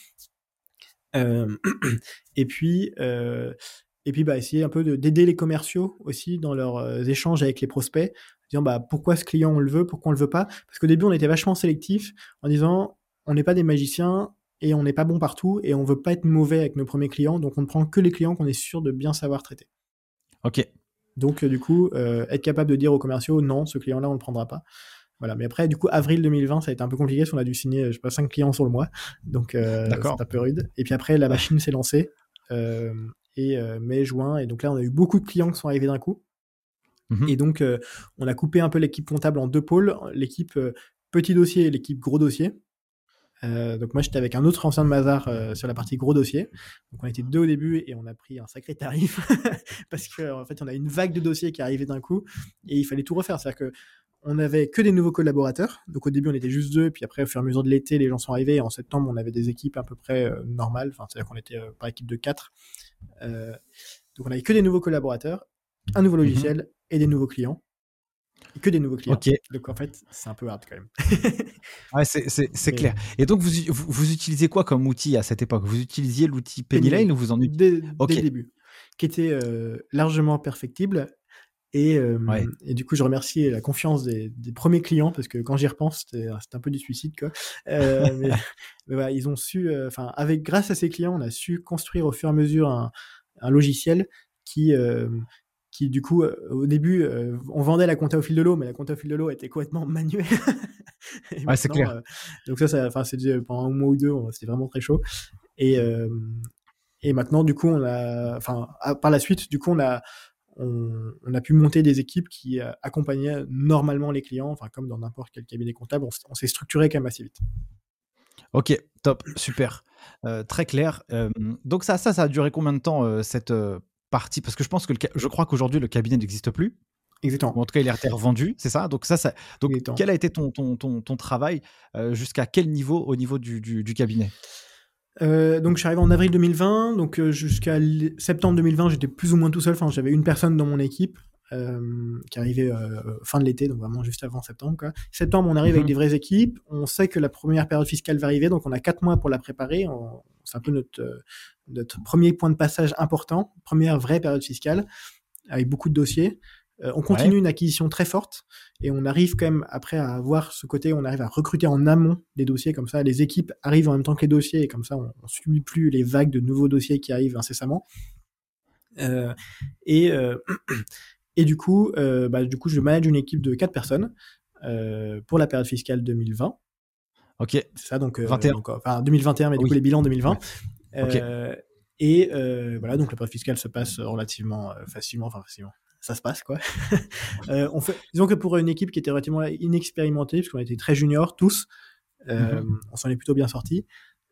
Et puis bah, essayer un peu d'aider les commerciaux aussi dans leurs échanges avec les prospects, disant bah, pourquoi ce client on le veut, pourquoi on le veut pas. Parce qu'au début, on était vachement sélectif en disant on n'est pas des magiciens et on n'est pas bon partout et on veut pas être mauvais avec nos premiers clients, donc on ne prend que les clients qu'on est sûr de bien savoir traiter. Ok. Donc du coup, être capable de dire aux commerciaux non, ce client-là, on le prendra pas. Voilà, mais après, du coup, avril 2020, ça a été un peu compliqué parce qu'on a dû signer, je sais pas, 5 clients sur le mois. Donc, c'est un peu rude. Et puis après, la machine s'est lancée. Mai, juin. Et donc là, on a eu beaucoup de clients qui sont arrivés d'un coup. Mm-hmm. Et donc, on a coupé un peu l'équipe comptable en 2 pôles. L'équipe petit dossier et l'équipe gros dossier. Donc moi, j'étais avec un autre ancien de Mazars sur la partie gros dossier. Donc on était 2 au début et on a pris un sacré tarif parce qu'en fait, on a une vague de dossiers qui arrivait d'un coup et il fallait tout refaire. C'est-à-dire que on n'avait que des nouveaux collaborateurs. Donc au début, on était juste 2, puis après, au fur et à mesure de l'été, les gens sont arrivés. Et en septembre, on avait des équipes à peu près normales. Enfin, c'est-à-dire qu'on était par équipe de 4. Donc on n'avait que des nouveaux collaborateurs, un nouveau logiciel et des nouveaux clients. Et que des nouveaux clients. Okay. Donc en fait, c'est un peu hard quand même. Ouais, c'est clair. Et donc, vous utilisez quoi comme outil à cette époque? Vous utilisiez l'outil Penny Lane ou vous en utilisez dès le début, qui était largement perfectible. Et du coup, je remercie la confiance des premiers clients parce que quand j'y repense, c'était un peu du suicide, quoi. mais voilà, ils ont su, grâce à ces clients, on a su construire au fur et à mesure un logiciel qui du coup, au début, on vendait la compta au fil de l'eau, mais la compta au fil de l'eau était complètement manuelle. Ouais, c'est clair. Donc c'est pendant un mois ou 2, c'était vraiment très chaud. Et maintenant, du coup, par la suite, du coup, on a pu monter des équipes qui accompagnaient normalement les clients, comme dans n'importe quel cabinet comptable. On s'est structuré quand même assez vite. Ok, top, super, très clair. Donc ça a duré combien de temps cette partie? Parce que je pense que je crois qu'aujourd'hui le cabinet n'existe plus. Exactement. Ou en tout cas, il a été revendu, c'est ça? Donc donc quel a été ton travail jusqu'à quel niveau au niveau du cabinet? Donc je suis arrivé en avril 2020, donc jusqu'à septembre 2020, j'étais plus ou moins tout seul. J'avais une personne dans mon équipe. qui arrivait fin de l'été, donc vraiment juste avant septembre, quoi. Septembre, on arrive avec des vraies équipes. On sait que la première période fiscale va arriver, donc on a 4 mois pour la préparer. C'est un peu notre premier point de passage important, première vraie période fiscale, avec beaucoup de dossiers. On continue une acquisition très forte et on arrive quand même après à avoir ce côté, on arrive à recruter en amont des dossiers, comme ça les équipes arrivent en même temps que les dossiers et comme ça on subit plus les vagues de nouveaux dossiers qui arrivent incessamment. Et du coup, je manage une équipe de 4 personnes pour la période fiscale 2020. Ok. C'est ça, donc 21. Enfin 2021, mais du coup les bilans 2020. Ouais. Et voilà, donc la période fiscale se passe relativement facilement. Ça se passe, quoi. Disons que pour une équipe qui était relativement inexpérimentée, parce qu'on était très juniors tous, on s'en est plutôt bien sortis.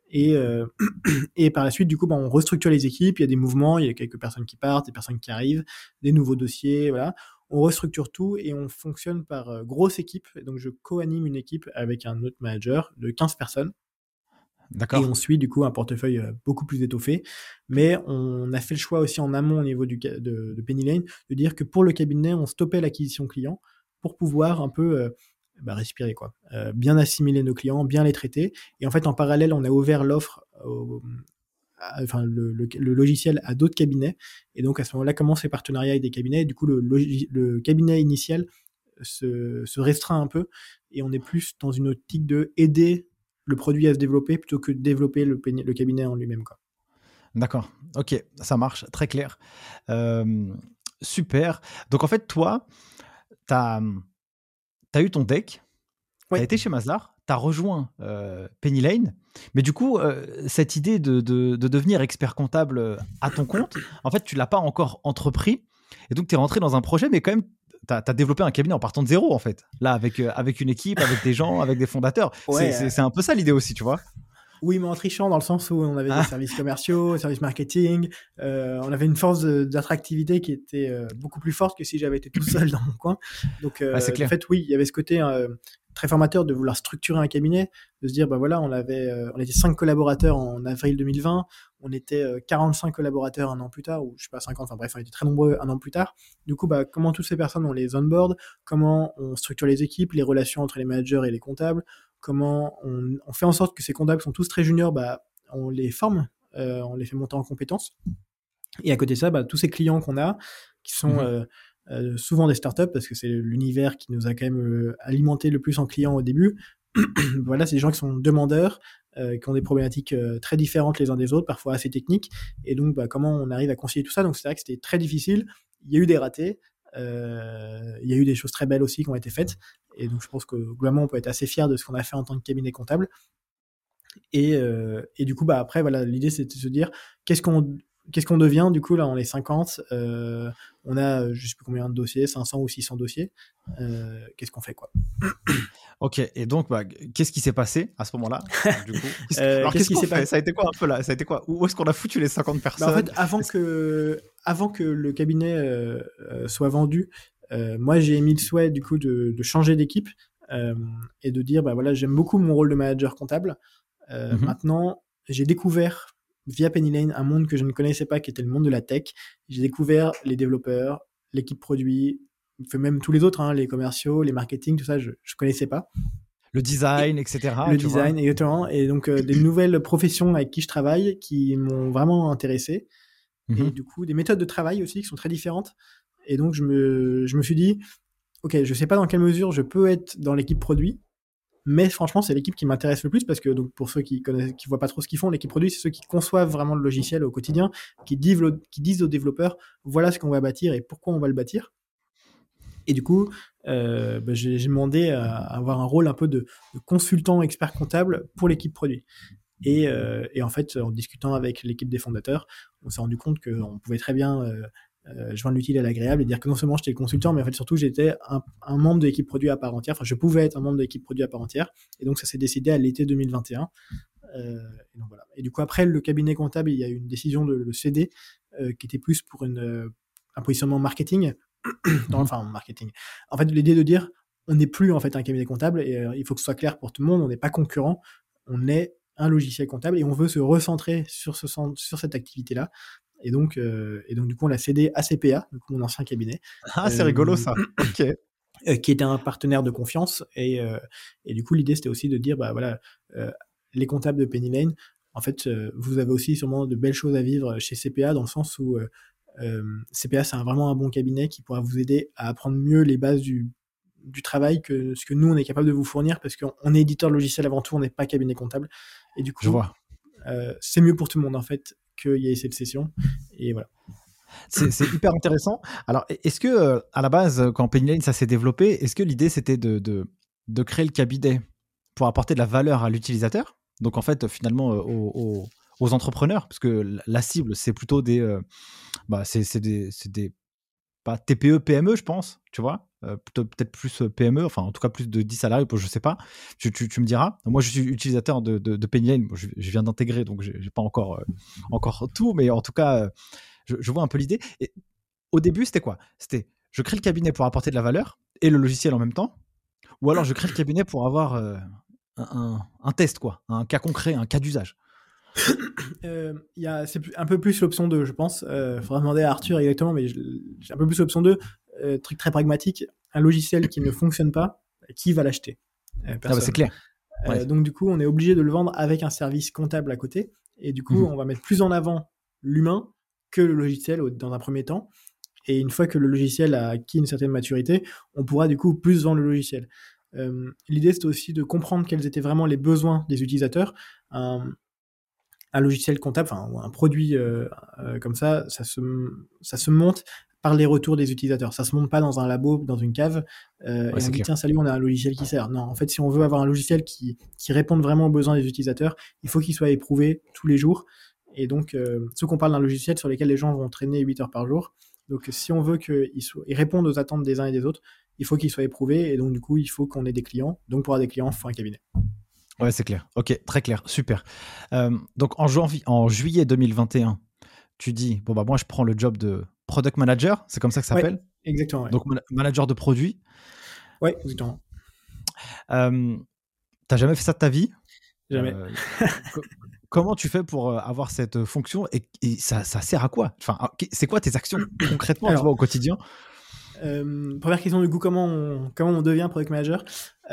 Et par la suite, du coup, on restructure les équipes, il y a des mouvements, il y a quelques personnes qui partent, des personnes qui arrivent, des nouveaux dossiers, voilà. On restructure tout et on fonctionne par grosse équipe. Et donc, je co-anime une équipe avec un autre manager de 15 personnes. D'accord. Et on suit du coup un portefeuille beaucoup plus étoffé. Mais on a fait le choix aussi en amont au niveau de Penny Lane de dire que pour le cabinet, on stoppait l'acquisition client pour pouvoir un peu respirer, quoi. Bien assimiler nos clients, bien les traiter. Et en fait, en parallèle, on a ouvert l'offre, le logiciel à d'autres cabinets. Et donc à ce moment-là, commencent les partenariats avec des cabinets. Et du coup, le cabinet initial se restreint un peu et on est plus dans une optique de aider le produit à se développer plutôt que de développer le cabinet en lui-même, quoi. D'accord, ok, ça marche, très clair. Super. Donc en fait, toi, tu as eu ton deck, tu as été chez Maslar, tu as rejoint Penny Lane, mais du coup, cette idée de devenir expert comptable à ton compte, en fait, tu ne l'as pas encore entrepris, et donc tu es rentré dans un projet, mais quand même, tu as développé un cabinet en partant de zéro, en fait, là, avec une équipe, avec des gens, avec des fondateurs. C'est un peu ça l'idée aussi, tu vois. Oui, mais en trichant dans le sens où on avait des services commerciaux, services marketing, on avait une force d'attractivité qui était beaucoup plus forte que si j'avais été tout seul dans mon coin. Donc, c'est clair. en fait, oui, il y avait ce côté très formateur de vouloir structurer un cabinet, de se dire, voilà, on était 5 collaborateurs en avril 2020, on était 45 collaborateurs un an plus tard, ou je sais pas, 50, enfin bref, on était très nombreux un an plus tard. Du coup, comment toutes ces personnes, on les onboard, comment on structure les équipes, les relations entre les managers et les comptables, comment on fait en sorte que ces comptables sont tous très juniors, on les forme, on les fait monter en compétences. Et à côté de ça, tous ces clients qu'on a, qui sont souvent des startups, parce que c'est l'univers qui nous a quand même alimenté le plus en clients au début. Voilà, c'est des gens qui sont demandeurs, qui ont des problématiques très différentes les uns des autres, parfois assez techniques. Et donc, comment on arrive à concilier tout ça? Donc, c'est vrai que c'était très difficile. Il y a eu des ratés. Il y a eu des choses très belles aussi qui ont été faites. Et donc, je pense que globalement, on peut être assez fier de ce qu'on a fait en tant que cabinet comptable. Et du coup, après, voilà, l'idée, c'était de se dire qu'est-ce qu'on devient. Du coup, là, on est 50. On a, je sais plus combien de dossiers, 500 ou 600 dossiers. Qu'est-ce qu'on fait, quoi? Ok, et donc, qu'est-ce qui s'est passé à ce moment-là, du coup? Alors, qu'est-ce qu'on fait? Ça a été quoi un peu là? Ça a été quoi? Où est-ce qu'on a foutu les 50 personnes? En fait, avant que le cabinet soit vendu, moi, j'ai émis le souhait, du coup, de changer d'équipe et de dire, voilà, j'aime beaucoup mon rôle de manager comptable. Maintenant, j'ai découvert via Penny Lane un monde que je ne connaissais pas, qui était le monde de la tech. J'ai découvert les développeurs, l'équipe produit, même tous les autres, les commerciaux, les marketing, tout ça, je connaissais pas. Le design, etc. Le design, exactement. Et donc, des nouvelles professions avec qui je travaille qui m'ont vraiment intéressé. Et du coup, des méthodes de travail aussi qui sont très différentes. Et donc, je me suis dit, ok, je sais pas dans quelle mesure je peux être dans l'équipe produit, mais franchement, c'est l'équipe qui m'intéresse le plus parce que, donc, pour ceux qui voient pas trop ce qu'ils font, l'équipe produit, c'est ceux qui conçoivent vraiment le logiciel au quotidien, qui disent aux développeurs, voilà ce qu'on va bâtir et pourquoi on va le bâtir. Et du coup, j'ai demandé à avoir un rôle un peu de consultant expert comptable pour l'équipe produit. Et en fait, en discutant avec l'équipe des fondateurs, on s'est rendu compte qu'on pouvait très bien joindre l'utile à l'agréable et dire que non seulement j'étais le consultant, mais en fait surtout j'étais un membre de l'équipe produit à part entière. Enfin, je pouvais être un membre de l'équipe produit à part entière. Et donc ça s'est décidé à l'été 2021. Et donc voilà. Et du coup, après le cabinet comptable, il y a eu une décision de le céder qui était plus pour un positionnement marketing. Marketing. En fait, l'idée de dire on n'est plus en fait un cabinet comptable et il faut que ce soit clair pour tout le monde. On n'est pas concurrent. On est un logiciel comptable et on veut se recentrer sur cette activité-là du coup, on l'a cédé à CPA, du coup, mon ancien cabinet. Ah, c'est rigolo ça. Ok. Qui était un partenaire de confiance. Et du coup, l'idée, c'était aussi de dire, bah voilà, les comptables de Penny Lane, en fait, vous avez aussi sûrement de belles choses à vivre chez CPA, dans le sens où CPA, c'est vraiment un bon cabinet qui pourra vous aider à apprendre mieux les bases du travail que ce que nous, on est capable de vous fournir, parce qu'on est éditeur de logiciel avant tout, on n'est pas cabinet comptable. Et du coup, je vois. C'est mieux pour tout le monde, en fait, qu'il y ait cette session. Et voilà. C'est hyper intéressant. Alors, est-ce que, à la base, quand Penny Lane, ça s'est développé, est-ce que l'idée, c'était de créer le cabinet pour apporter de la valeur à l'utilisateur? Donc, en fait, finalement, aux entrepreneurs, parce que la cible, c'est plutôt c'est des pas TPE, PME, je pense, tu vois, peut-être plus PME, enfin, en tout cas, plus de 10 salariés, je sais pas, tu me diras. Moi, je suis utilisateur de Penny Lane, je viens d'intégrer, donc j'ai pas encore tout, mais en tout cas, je vois un peu l'idée. Et au début, c'était quoi? C'était, je crée le cabinet pour apporter de la valeur et le logiciel en même temps, ou alors je crée le cabinet pour avoir un test, quoi, un cas concret, un cas d'usage. C'est un peu plus l'option 2, je pense. Faudra demander à Arthur exactement, mais j'ai un peu plus l'option 2. Truc très pragmatique, un logiciel qui ne fonctionne pas, qui va l'acheter? Personne. C'est clair. Ouais. Donc du coup, on est obligé de le vendre avec un service comptable à côté. Et du coup, on va mettre plus en avant l'humain que le logiciel dans un premier temps. Et une fois que le logiciel a acquis une certaine maturité, on pourra du coup plus vendre le logiciel. L'idée, c'est aussi de comprendre quels étaient vraiment les besoins des utilisateurs. Un logiciel comptable, enfin un produit comme ça se monte par les retours des utilisateurs. Ça se monte pas dans un labo, dans une cave, et on dit tiens, salut, on a un logiciel qui sert. Non, en fait, si on veut avoir un logiciel qui réponde vraiment aux besoins des utilisateurs, il faut qu'il soit éprouvé tous les jours. Et donc, ceux qu'on parle d'un logiciel sur lesquels les gens vont traîner 8 heures par jour. Donc, si on veut qu'ils répondent aux attentes des uns et des autres, il faut qu'ils soient éprouvés. Et donc, du coup, il faut qu'on ait des clients. Donc, pour avoir des clients, il faut un cabinet. Ouais, c'est clair. Ok, très clair, super. Donc, en juillet 2021, tu dis, bon, bah, moi, je prends le job de product manager, c'est comme ça que ça s'appelle? Exactement. Ouais. Donc, manager de produit. Ouais, exactement. T'as jamais fait ça de ta vie? Jamais. Comment tu fais pour avoir cette fonction et ça sert à quoi? Enfin, c'est quoi tes actions concrètement, tu vois, au quotidien? Première question, du coup, comment on devient product manager?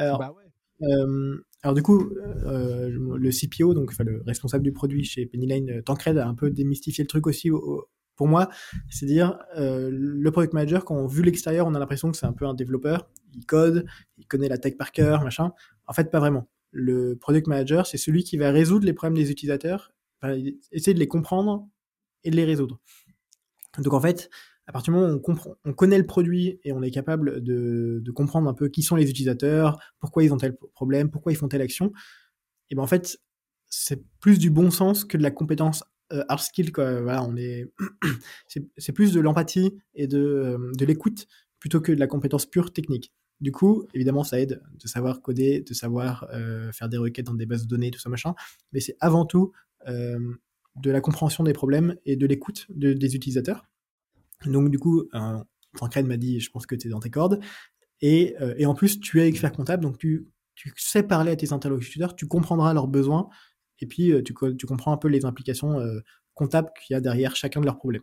Alors du coup, le CPO, donc le responsable du produit chez Penny Lane, Tancred, a un peu démystifié le truc aussi pour moi. C'est-à-dire, le product manager, quand on vu l'extérieur, on a l'impression que c'est un peu un développeur. Il code, il connaît la tech par cœur, machin. En fait, pas vraiment. Le product manager, c'est celui qui va résoudre les problèmes des utilisateurs, essayer de les comprendre et de les résoudre. Donc en fait, à partir du moment où on connaît le produit et on est capable de comprendre un peu qui sont les utilisateurs, pourquoi ils ont tel problème, pourquoi ils font telle action, et ben en fait, c'est plus du bon sens que de la compétence hard skill, quoi. Voilà, c'est plus de l'empathie et de l'écoute plutôt que de la compétence pure technique. Du coup, évidemment, ça aide de savoir coder, de savoir faire des requêtes dans des bases de données, tout ça machin, mais c'est avant tout de la compréhension des problèmes et de l'écoute des utilisateurs. Donc du coup, Tancred m'a dit, je pense que tu es dans tes cordes, et en plus, tu es expert comptable, donc tu sais parler à tes interlocuteurs, tu comprendras leurs besoins, et puis tu comprends un peu les implications comptables qu'il y a derrière chacun de leurs problèmes.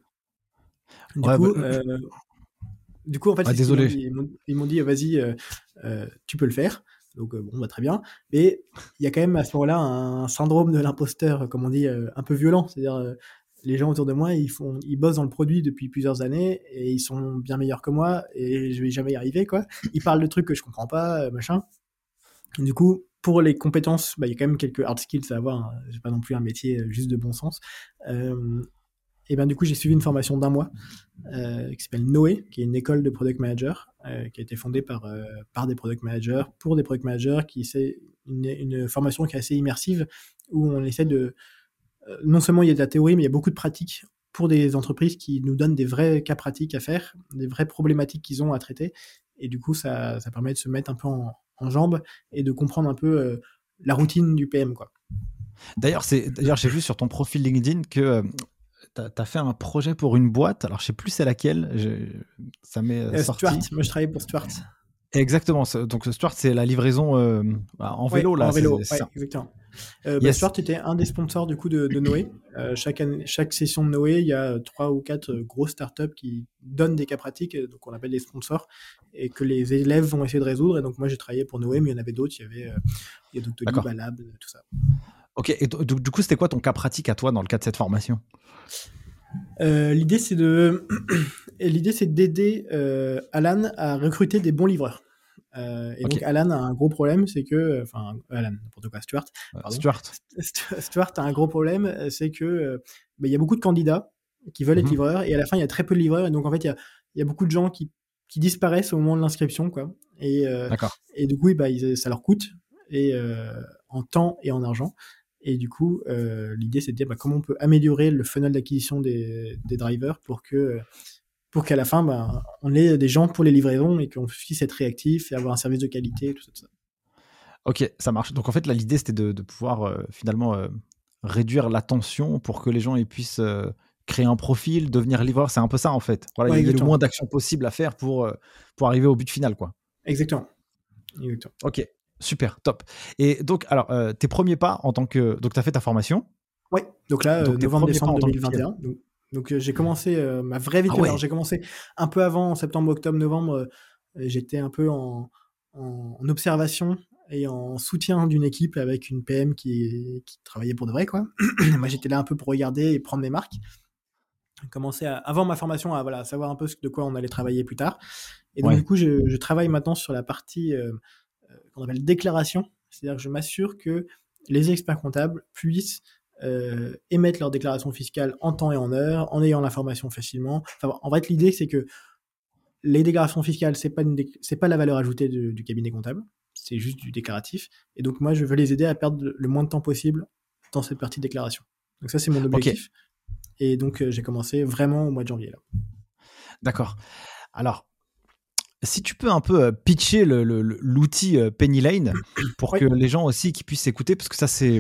Du coup, en fait, désolé. Ils m'ont dit, vas-y, tu peux le faire. Donc bon, bah, très bien. Mais il y a quand même à ce moment-là un syndrome de l'imposteur, comme on dit, un peu violent. C'est-à-dire, les gens autour de moi, ils bossent dans le produit depuis plusieurs années et ils sont bien meilleurs que moi et je vais jamais y arriver, quoi. Ils parlent de trucs que je comprends pas, machin. Du coup, pour les compétences, bah, il y a quand même quelques hard skills à avoir. Hein. J'ai pas non plus un métier juste de bon sens. Et ben du coup, j'ai suivi une formation d'1 mois qui s'appelle Noé, qui est une école de product manager qui a été fondée par des product managers pour des product managers, c'est une formation qui est assez immersive où on essaie de non seulement il y a de la théorie, mais il y a beaucoup de pratiques pour des entreprises qui nous donnent des vrais cas pratiques à faire, des vraies problématiques qu'ils ont à traiter. Et du coup, ça permet de se mettre un peu en jambes et de comprendre un peu la routine du PM, quoi. D'ailleurs, j'ai vu sur ton profil LinkedIn que tu as fait un projet pour une boîte. Alors, je sais plus c'est laquelle. Ça m'est sorti. Stuart. Moi, je travaillais pour Stuart. Exactement. Donc, Stuart, c'est la livraison en vélo. Ouais, là. En vélo, exactement. Yes. Stuart était un des sponsors du coup de Noé. Chaque session de Noé, il y a 3 ou 4 grosses startups qui donnent des cas pratiques, donc on appelle des sponsors, et que les élèves vont essayer de résoudre. Et donc moi j'ai travaillé pour Noé, mais il y en avait d'autres. Il y a Doctolib, Alab, tout ça. Ok, et du coup c'était quoi ton cas pratique à toi dans le cadre de cette formation? L'idée c'est d'aider Alan à recruter des bons livreurs. Donc Alan a un gros problème, c'est que, Alan, n'importe quoi, Stuart, pardon. Stuart a un gros problème, c'est que il y a beaucoup de candidats qui veulent être livreurs, et à la fin il y a très peu de livreurs, et donc en fait il y a beaucoup de gens qui disparaissent au moment de l'inscription, quoi. Et du coup ça leur coûte, et en temps et en argent. Et du coup, l'idée c'est de dire comment on peut améliorer le funnel d'acquisition des drivers pour qu'à la fin, on ait des gens pour les livraisons et qu'on puisse être réactif et avoir un service de qualité et tout ça. Ok, ça marche. Donc en fait, là, l'idée, c'était de pouvoir finalement réduire l'attention pour que les gens ils puissent créer un profil, devenir livreur. C'est un peu ça, en fait. Voilà, il y a le moins d'actions possibles à faire pour arriver au but final, quoi. Exactement. Ok, super, top. Et donc, alors, tes premiers pas en tant que... Donc, tu as fait ta formation. Oui, donc là, novembre-décembre 2021. Donc j'ai commencé ma vraie vie. Alors j'ai commencé un peu avant, en septembre, octobre, novembre. J'étais un peu en observation et en soutien d'une équipe avec une PM qui travaillait pour de vrai, quoi. Moi j'étais là un peu pour regarder et prendre mes marques. J'ai commencé avant ma formation à savoir un peu de quoi on allait travailler plus tard. Et donc du coup je travaille maintenant sur la partie qu'on appelle déclaration. C'est-à-dire que je m'assure que les experts comptables puissent émettre leur déclaration fiscale en temps et en heure, en ayant l'information facilement. Enfin, en fait, l'idée, c'est que les déclarations fiscales, c'est pas la valeur ajoutée du cabinet comptable, c'est juste du déclaratif. Et donc, moi, je veux les aider à perdre le moins de temps possible dans cette partie de déclaration. Donc ça, c'est mon objectif. Et donc, j'ai commencé vraiment au mois de janvier, là. D'accord. Alors, si tu peux un peu pitcher l'outil Penny Lane pour que les gens aussi qui puissent écouter, parce que ça, c'est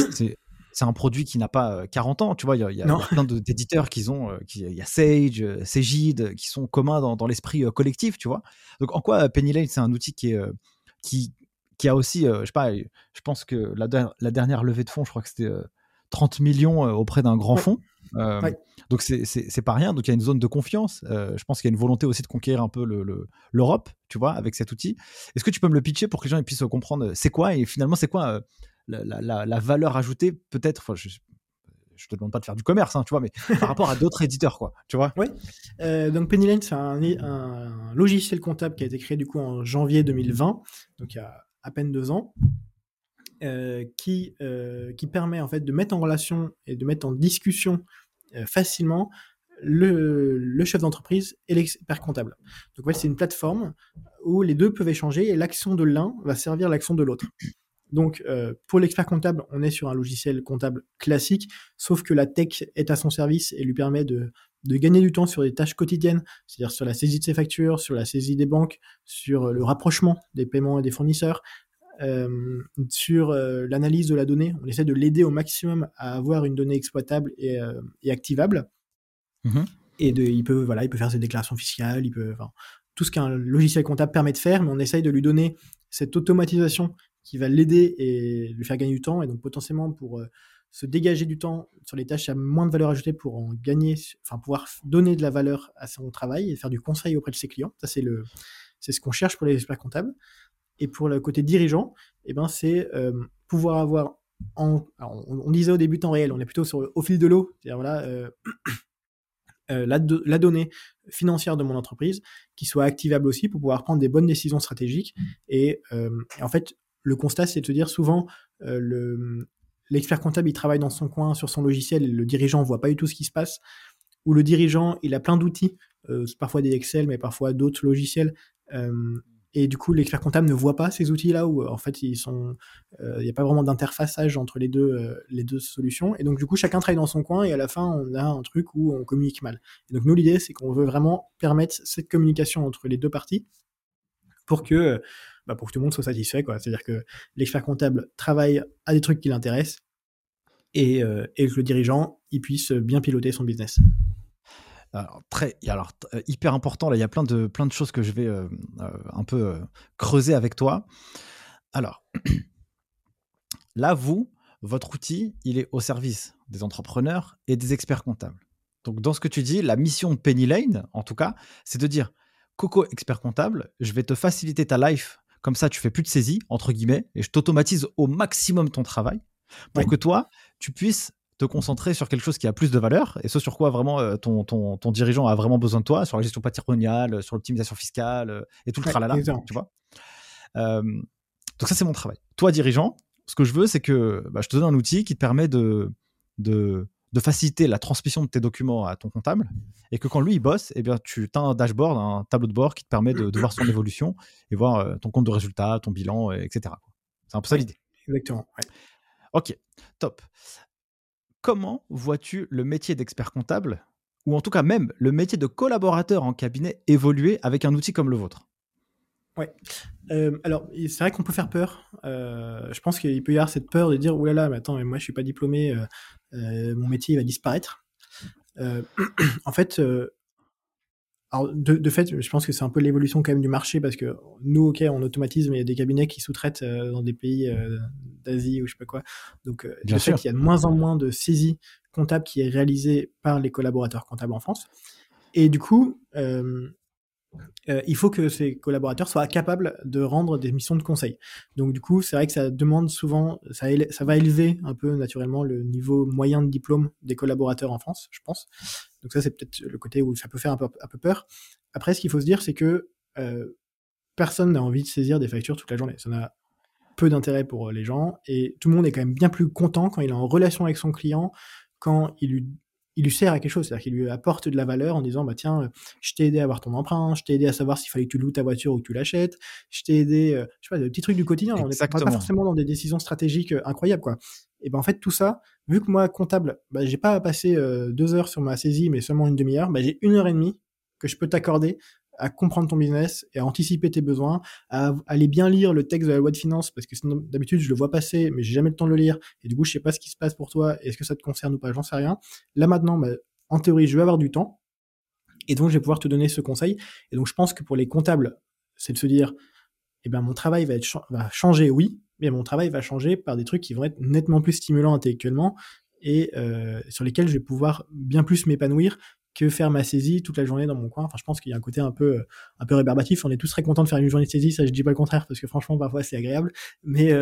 un produit qui n'a pas 40 ans, tu vois, il y a plein d'éditeurs il y a Sage, Cegid, qui sont communs dans l'esprit collectif, tu vois. Donc, en quoi Penny Lane, c'est un outil qui a aussi, je sais pas, je pense que la dernière levée de fonds, je crois que c'était 30 millions auprès d'un grand fonds. Donc c'est pas rien, donc il y a une zone de confiance. Je pense qu'il y a une volonté aussi de conquérir un peu l'Europe, tu vois, avec cet outil. Est-ce que tu peux me le pitcher pour que les gens puissent comprendre c'est quoi, et finalement c'est quoi la valeur ajoutée, peut-être, enfin, je te demande pas de faire du commerce, hein, tu vois, mais par rapport à d'autres éditeurs, quoi, tu vois. Oui. Donc Penny Lane, c'est un logiciel comptable qui a été créé du coup en janvier 2020, donc il y a à peine 2 ans. Qui permet en fait de mettre en relation et de mettre en discussion facilement le chef d'entreprise et l'expert comptable. Donc en fait, c'est une plateforme où les deux peuvent échanger et l'action de l'un va servir l'action de l'autre. Donc pour l'expert comptable, on est sur un logiciel comptable classique, sauf que la tech est à son service et lui permet de gagner du temps sur des tâches quotidiennes, c'est-à-dire sur la saisie de ses factures, sur la saisie des banques, sur le rapprochement des paiements et des fournisseurs, sur l'analyse de la donnée. On essaie de l'aider au maximum à avoir une donnée exploitable et activable. Et il peut faire ses déclarations fiscales, tout ce qu'un logiciel comptable permet de faire, mais on essaye de lui donner cette automatisation qui va l'aider et lui faire gagner du temps, et donc potentiellement pour se dégager du temps sur les tâches à moins de valeur ajoutée pour en gagner, pouvoir donner de la valeur à son travail et faire du conseil auprès de ses clients. Ça, c'est ce qu'on cherche pour les experts comptables. Et pour le côté dirigeant, c'est pouvoir avoir on disait au début temps réel, on est plutôt au fil de l'eau, c'est-à-dire la donnée financière de mon entreprise qui soit activable aussi pour pouvoir prendre des bonnes décisions stratégiques. Et en fait, le constat, c'est de se dire souvent l'expert comptable, il travaille dans son coin sur son logiciel et le dirigeant voit pas du tout ce qui se passe, ou le dirigeant, il a plein d'outils, parfois des Excel, mais parfois d'autres logiciels, et du coup, l'expert comptable ne voit pas ces outils-là où, en fait, il n'y a pas vraiment d'interfaçage entre les deux solutions. Et donc, du coup, chacun travaille dans son coin et à la fin, on a un truc où on communique mal. Et donc, nous, l'idée, c'est qu'on veut vraiment permettre cette communication entre les deux parties pour que tout le monde soit satisfait, quoi. C'est-à-dire que l'expert comptable travaille à des trucs qui l'intéressent et que le dirigeant, il puisse bien piloter son business. Alors, hyper important, là, il y a plein de choses que je vais un peu creuser avec toi. Alors, là, vous, votre outil, il est au service des entrepreneurs et des experts comptables. Donc, dans ce que tu dis, la mission de Penny Lane, en tout cas, c'est de dire, Coco, expert comptable, je vais te faciliter ta life. Comme ça, tu fais plus de saisie, entre guillemets, et je t'automatise au maximum ton travail pour que toi, tu puisses te concentrer sur quelque chose qui a plus de valeur et ce sur quoi vraiment ton dirigeant a vraiment besoin de toi, sur la gestion patrimoniale, sur l'optimisation fiscale et tout le tralala, tu vois. Donc ça, c'est mon travail. Toi, dirigeant, ce que je veux, c'est que je te donne un outil qui te permet de faciliter la transmission de tes documents à ton comptable et que quand lui, il bosse, eh bien, tu as un dashboard, un tableau de bord qui te permet de voir son évolution et voir ton compte de résultat, ton bilan, etc. C'est un peu ça l'idée. Exactement. Ouais. Ok, top. Comment vois-tu le métier d'expert comptable, ou en tout cas même le métier de collaborateur en cabinet évoluer avec un outil comme le vôtre ? Ouais. Alors, c'est vrai qu'on peut faire peur. Je pense qu'il peut y avoir cette peur de dire « Oulala, mais attends, moi je suis pas diplômé, mon métier va disparaître ». En fait, alors de fait, je pense que c'est un peu l'évolution quand même du marché parce que nous, ok, on automatise, mais il y a des cabinets qui sous-traitent dans des pays d'Asie ou je sais pas quoi. Donc, de fait, il y a de moins en moins de saisie comptable qui est réalisée par les collaborateurs comptables en France. Et du coup, il faut que ces collaborateurs soient capables de rendre des missions de conseil. Donc du coup, c'est vrai que ça demande souvent, ça va élever un peu naturellement le niveau moyen de diplôme des collaborateurs en France, je pense. Donc ça, c'est peut-être le côté où ça peut faire un peu peur. Après, ce qu'il faut se dire, c'est que personne n'a envie de saisir des factures toute la journée. Ça n'a peu d'intérêt pour les gens et tout le monde est quand même bien plus content quand il est en relation avec son client, quand il lui sert à quelque chose, c'est-à-dire qu'il lui apporte de la valeur en disant bah tiens, je t'ai aidé à avoir ton emprunt, je t'ai aidé à savoir s'il fallait que tu loues ta voiture ou que tu l'achètes, je t'ai aidé, je sais pas, des petits trucs du quotidien. On n'est pas forcément dans des décisions stratégiques incroyables quoi. Et ben en fait tout ça, vu que moi comptable, j'ai pas à passer 2 heures sur ma saisie, mais seulement une demi-heure, j'ai 1 heure et demie que je peux t'accorder à comprendre ton business et à anticiper tes besoins, à aller bien lire le texte de la loi de finances, parce que sinon, d'habitude, je le vois passer, mais j'ai jamais le temps de le lire, et du coup, je sais pas ce qui se passe pour toi, est-ce que ça te concerne ou pas, j'en sais rien. Là, maintenant, en théorie, je vais avoir du temps, et donc, je vais pouvoir te donner ce conseil. Et donc, je pense que pour les comptables, c'est de se dire, mon travail va changer, oui, mais mon travail va changer par des trucs qui vont être nettement plus stimulants intellectuellement, et sur lesquels je vais pouvoir bien plus m'épanouir que faire ma saisie toute la journée dans mon coin. Enfin, je pense qu'il y a un côté un peu rébarbatif. On est tous très contents de faire une journée de saisie, ça je dis pas le contraire, parce que franchement, parfois c'est agréable. Mais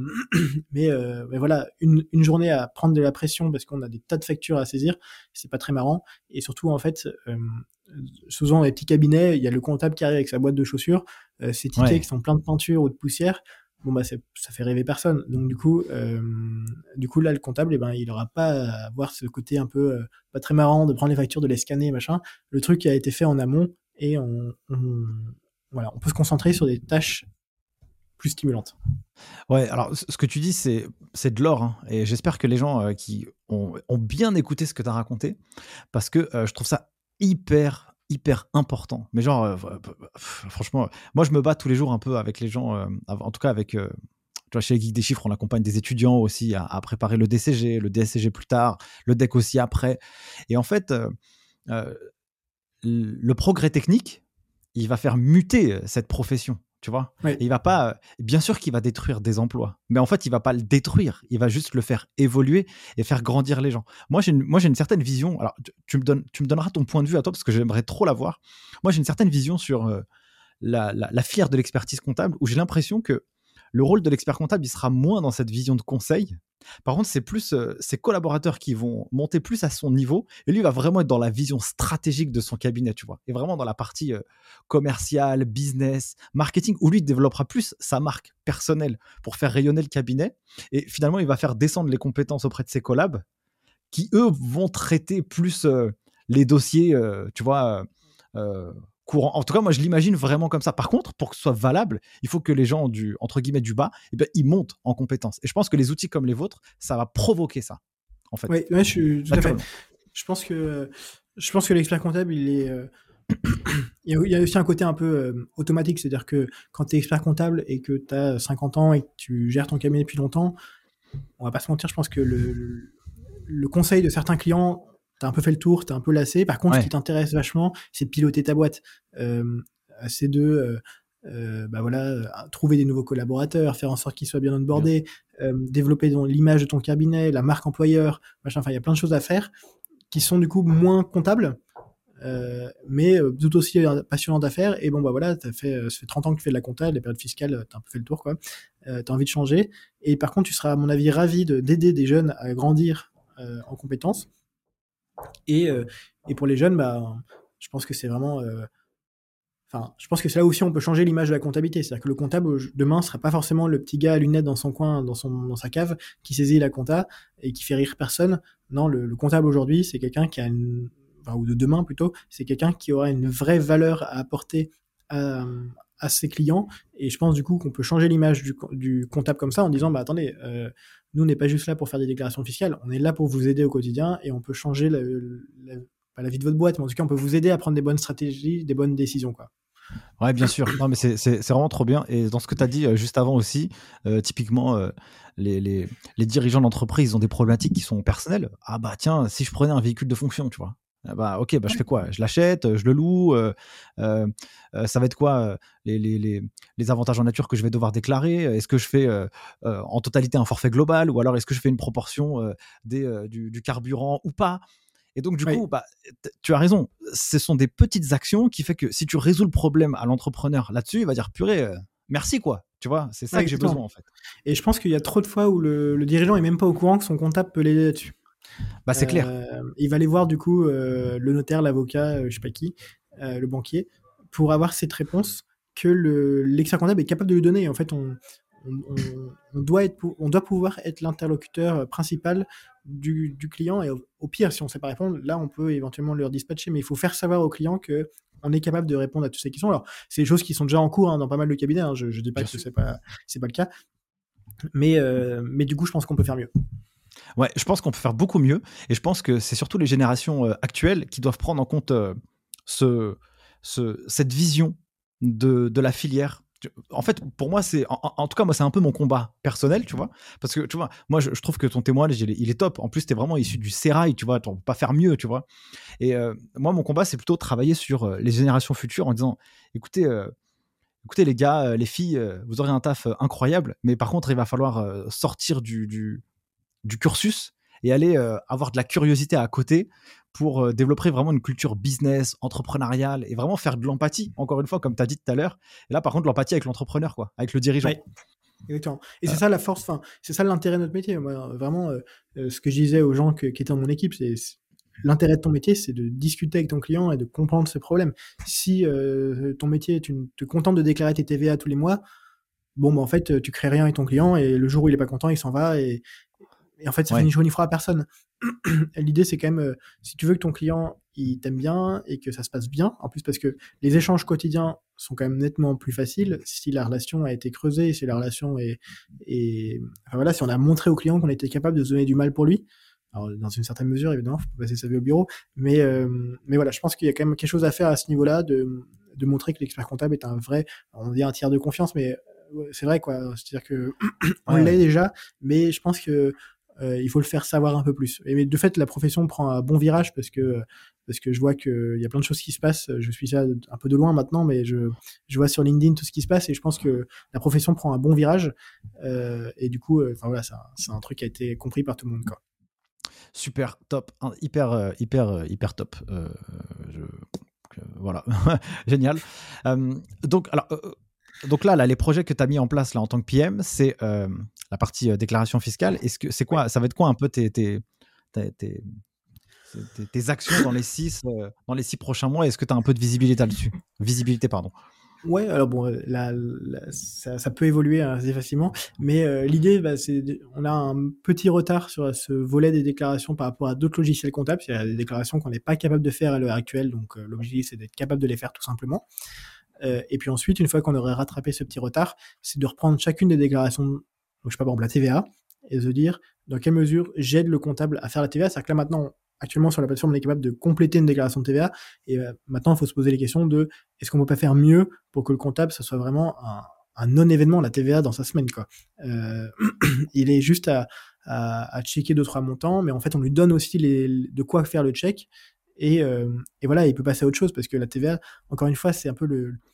voilà, une journée à prendre de la pression parce qu'on a des tas de factures à saisir, c'est pas très marrant. Et surtout, en fait, souvent dans les petits cabinets, il y a le comptable qui arrive avec sa boîte de chaussures, ses tickets qui sont pleins de peinture ou de poussière. Ça fait rêver personne. Donc du coup là, le comptable, il aura pas à avoir ce côté un peu pas très marrant de prendre les factures, de les scanner, machin. Le truc qui a été fait en amont et on peut se concentrer sur des tâches plus stimulantes. Ouais, alors ce que tu dis, c'est de l'or, hein, et j'espère que les gens qui ont bien écouté ce que tu as raconté, parce que je trouve ça hyper important. Mais genre, franchement, moi je me bats tous les jours un peu avec les gens, en tout cas avec, tu vois, chez les Geeks des Chiffres, on accompagne des étudiants aussi à préparer le DCG, le DSCG plus tard, le DEC aussi après. Et en fait, le progrès technique, il va faire muter cette profession. Tu vois, oui. Et il va pas, bien sûr qu'il va détruire des emplois, mais en fait, il va pas le détruire, il va juste le faire évoluer et faire grandir les gens. Moi, j'ai une certaine vision. Alors, tu me donneras ton point de vue à toi parce que j'aimerais trop l'avoir. Moi, j'ai une certaine vision sur la fière de l'expertise comptable où j'ai l'impression que le rôle de l'expert comptable, il sera moins dans cette vision de conseil. Par contre, c'est plus ses collaborateurs qui vont monter plus à son niveau. Et lui, il va vraiment être dans la vision stratégique de son cabinet, tu vois. Et vraiment dans la partie commerciale, business, marketing, où lui, il développera plus sa marque personnelle pour faire rayonner le cabinet. Et finalement, il va faire descendre les compétences auprès de ses collabs qui, eux, vont traiter plus les dossiers, tu vois, courant. En tout cas, moi, je l'imagine vraiment comme ça. Par contre, pour que ce soit valable, il faut que les gens entre guillemets du bas, ils montent en compétences. Et je pense que les outils comme les vôtres, ça va provoquer ça, en fait. Oui, je suis tout à fait. Je pense que l'expert comptable, il est il y a aussi un côté un peu automatique, c'est-à-dire que quand tu es expert comptable et que tu as 50 ans et que tu gères ton cabinet depuis longtemps, on va pas se mentir, je pense que le conseil de certains clients, t'as un peu fait le tour, t'es un peu lassé. Par contre, ce qui t'intéresse vachement, c'est de piloter ta boîte. C'est de trouver des nouveaux collaborateurs, faire en sorte qu'ils soient bien Bien sûr. onboardés, développer l'image de ton cabinet, la marque employeur, machin. Enfin, il y a plein de choses à faire qui sont du coup moins comptables, mais tout aussi passionnantes à faire. Et bon, bah voilà, ça fait 30 ans que tu fais de la compta, les périodes fiscales, t'as un peu fait le tour, quoi. T'as envie de changer. Et par contre, tu seras, à mon avis, ravi d'aider des jeunes à grandir en compétences. Et, euh, et pour les jeunes, bah, je pense que c'est vraiment je pense que c'est là aussi on peut changer l'image de la comptabilité. C'est-à-dire que le comptable demain sera pas forcément le petit gars à lunettes dans son coin, dans sa cave, qui saisit la compta et qui fait rire personne. Non, le comptable aujourd'hui, c'est quelqu'un qui a ou de demain plutôt, c'est quelqu'un qui aura une vraie valeur à apporter à, à ses clients. Et je pense du coup qu'on peut changer l'image du comptable comme ça en disant, bah attendez, nous on n'est pas juste là pour faire des déclarations fiscales, on est là pour vous aider au quotidien et on peut changer pas la vie de votre boîte, mais en tout cas on peut vous aider à prendre des bonnes stratégies, des bonnes décisions, quoi. Ouais, bien sûr. Non, mais c'est vraiment trop bien. Et dans ce que tu as dit juste avant aussi, typiquement, les dirigeants d'entreprise ont des problématiques qui sont personnelles. Ah bah tiens, si je prenais un véhicule de fonction, tu vois. Ah bah ok, bah je fais quoi? Je l'achète, je le loue. Ça va être quoi les avantages en nature que je vais devoir déclarer? Est-ce que je fais en totalité un forfait global ou alors est-ce que je fais une proportion du carburant ou pas? Et donc, du Oui, coup, bah, tu as raison. Ce sont des petites actions qui fait que si tu résous le problème à l'entrepreneur là-dessus, il va dire purée, merci quoi. Tu vois, c'est ouais, ça que j'ai besoin exactement. en fait. Et je pense qu'il y a trop de fois où le dirigeant est même pas au courant que son comptable peut l'aider là-dessus. Bah, c'est clair. Il va aller voir du coup le notaire, l'avocat, je sais pas qui, le banquier, pour avoir cette réponse que l'expert comptable est capable de lui donner. Et en fait, on doit pouvoir être l'interlocuteur principal du client. Et au pire, si on ne sait pas répondre, là, on peut éventuellement leur dispatcher. Mais il faut faire savoir au client que on est capable de répondre à toutes ces questions. Alors, c'est des choses qui sont déjà en cours dans pas mal de cabinets. Je ne dis pas Bien que sûr. c'est pas le cas, mais du coup, je pense qu'on peut faire mieux. Ouais, je pense qu'on peut faire beaucoup mieux. Et je pense que c'est surtout les générations actuelles qui doivent prendre en compte ce, cette vision de la filière. En fait, pour moi, en tout cas, moi, c'est un peu mon combat personnel, tu vois. Parce que, tu vois, moi, je trouve que ton témoignage, il est top. En plus, tu es vraiment issu du sérail, tu vois. Tu ne peux pas faire mieux, tu vois. Et moi, mon combat, c'est plutôt travailler sur les générations futures en disant, écoutez, écoutez les gars, les filles, vous aurez un taf incroyable, mais par contre, il va falloir sortir du cursus et aller avoir de la curiosité à côté pour développer vraiment une culture business, entrepreneuriale et vraiment faire de l'empathie, encore une fois, comme tu as dit tout à l'heure. Et là, par contre, l'empathie avec l'entrepreneur, quoi, avec le dirigeant. Ouais. Exactement. Et Euh, c'est ça la force, enfin, c'est ça l'intérêt de notre métier. Moi, vraiment, ce que je disais aux gens qui étaient dans mon équipe, l'intérêt de ton métier, c'est de discuter avec ton client et de comprendre ses problèmes. Si ton métier, tu te contentes de déclarer tes TVA tous les mois, bon, bah, en fait, tu crées rien avec ton client et le jour où il est pas content, il s'en va et en fait, ça fait ouais, ni chaud ni froid à personne. L'idée, c'est quand même, si tu veux que ton client il t'aime bien et que ça se passe bien, en plus parce que les échanges quotidiens sont quand même nettement plus faciles si la relation a été creusée, si la relation enfin voilà, si on a montré au client qu'on était capable de se donner du mal pour lui. Alors, dans une certaine mesure, évidemment, faut pas passer sa vie au bureau, mais voilà, je pense qu'il y a quand même quelque chose à faire à ce niveau-là de montrer que l'expert comptable est un vrai, on dit un tiers de confiance, mais ouais, c'est vrai quoi. C'est-à-dire que on ouais. l'est déjà, mais je pense que il faut le faire savoir un peu plus. Et mais de fait, la profession prend un bon virage parce que je vois qu'il y a plein de choses qui se passent. Je suis ça un peu de loin maintenant, mais je vois sur LinkedIn tout ce qui se passe et je pense que la profession prend un bon virage. Et du coup, enfin voilà, c'est un truc qui a été compris par tout le monde, quoi. Super, top, hyper, hyper top. Voilà, génial. Donc, alors, donc là, les projets que tu as mis en place là en tant que PM, c'est la partie déclaration fiscale. Est-ce que c'est Ouais. quoi? Ça va être quoi un peu tes, tes- tes actions dans les 6 prochains mois? Est-ce que tu as un peu de visibilité là-dessus? Visibilité, pardon. Ouais, alors bon, ça peut évoluer assez facilement, mais l'idée, bah, on a un petit retard sur ce volet des déclarations par rapport à d'autres logiciels comptables. Il y a des déclarations qu'on n'est pas capable de faire à l'heure actuelle, donc l'objectif c'est d'être capable de les faire tout simplement. Et puis ensuite, une fois qu'on aurait rattrapé ce petit retard, c'est de reprendre chacune des déclarations, donc je sais pas, par exemple la TVA, et de se dire dans quelle mesure j'aide le comptable à faire la TVA. C'est-à-dire que là maintenant, actuellement sur la plateforme, on est capable de compléter une déclaration de TVA, et maintenant il faut se poser les questions de est-ce qu'on peut pas faire mieux pour que le comptable, ça soit vraiment un non-événement, la TVA dans sa semaine, quoi. Euh, il est juste à checker 2-3 montants, mais en fait on lui donne aussi de quoi faire le check, et voilà, il peut passer à autre chose parce que la TVA, encore une fois, c'est un peu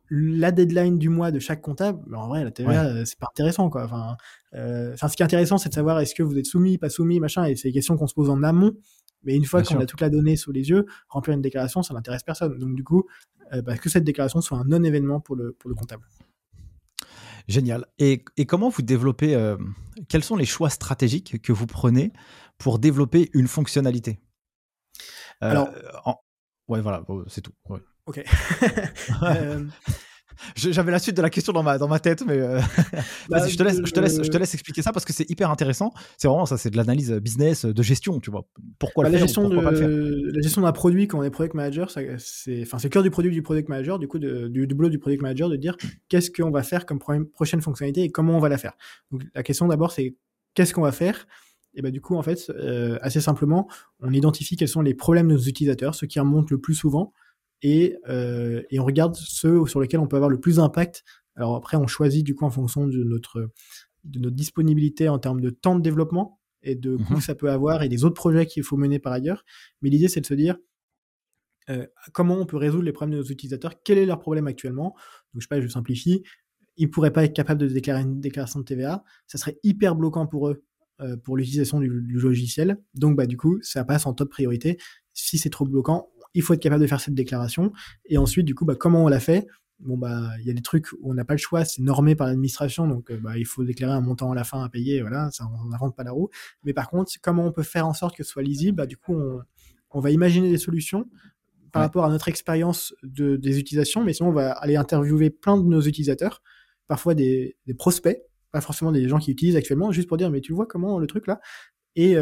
la deadline du mois de chaque comptable, mais en vrai, la TVA, c'est pas intéressant, quoi. Enfin, ce qui est intéressant, c'est de savoir est-ce que vous êtes soumis, pas soumis, machin, et c'est des questions qu'on se pose en amont. Mais une fois Bien qu'on sûr. a toute la donnée sous les yeux, remplir une déclaration, ça n'intéresse personne. Donc, du coup, que cette déclaration soit un non-événement pour le comptable. Génial. Et comment vous développez, quels sont les choix stratégiques que vous prenez pour développer une fonctionnalité? Alors, En Ouais, voilà, c'est tout, ouais. ok. Euh, J'avais la suite de la question dans ma tête, mais bah, vas-y, je te laisse expliquer ça parce que c'est hyper intéressant. C'est vraiment ça, c'est de l'analyse, business, de gestion, tu vois? Pourquoi le la faire ou gestion pourquoi pas le faire? la gestion d'un produit quand on est product manager, c'est le cœur du produit du product manager, du coup, du boulot du product manager, de dire qu'est-ce qu'on va faire comme prochaine fonctionnalité et comment on va la faire. Donc, la question d'abord, c'est qu'est-ce qu'on va faire? Et bah, du coup, en fait, assez simplement, on identifie quels sont les problèmes de nos utilisateurs, ceux qui remontent le plus souvent, et on regarde ceux sur lesquels on peut avoir le plus d'impact. Alors après, on choisit du coup en fonction de notre disponibilité en termes de temps de développement et de coûts Mmh. que ça peut avoir et des autres projets qu'il faut mener par ailleurs. Mais l'idée, c'est de se dire comment on peut résoudre les problèmes de nos utilisateurs, quel est leur problème actuellement. Donc, je sais pas, je simplifie. Ils ne pourraient pas être capables de déclarer une déclaration de TVA. Ça serait hyper bloquant pour eux pour l'utilisation du logiciel. Donc, bah, du coup, ça passe en top priorité. Si c'est trop bloquant, il faut être capable de faire cette déclaration. Et ensuite, du coup, bah, comment on l'a fait? Bon, bah, il y a des trucs où on n'a pas le choix, c'est normé par l'administration, donc bah, il faut déclarer un montant à la fin à payer, voilà, ça, on n'invente pas la roue. Mais par contre, comment on peut faire en sorte que ce soit lisible? Bah, du coup, on va imaginer des solutions par Ouais. rapport à notre expérience des utilisations, mais sinon on va aller interviewer plein de nos utilisateurs, parfois des prospects, pas forcément des gens qui utilisent actuellement, juste pour dire mais tu vois comment le truc là, et,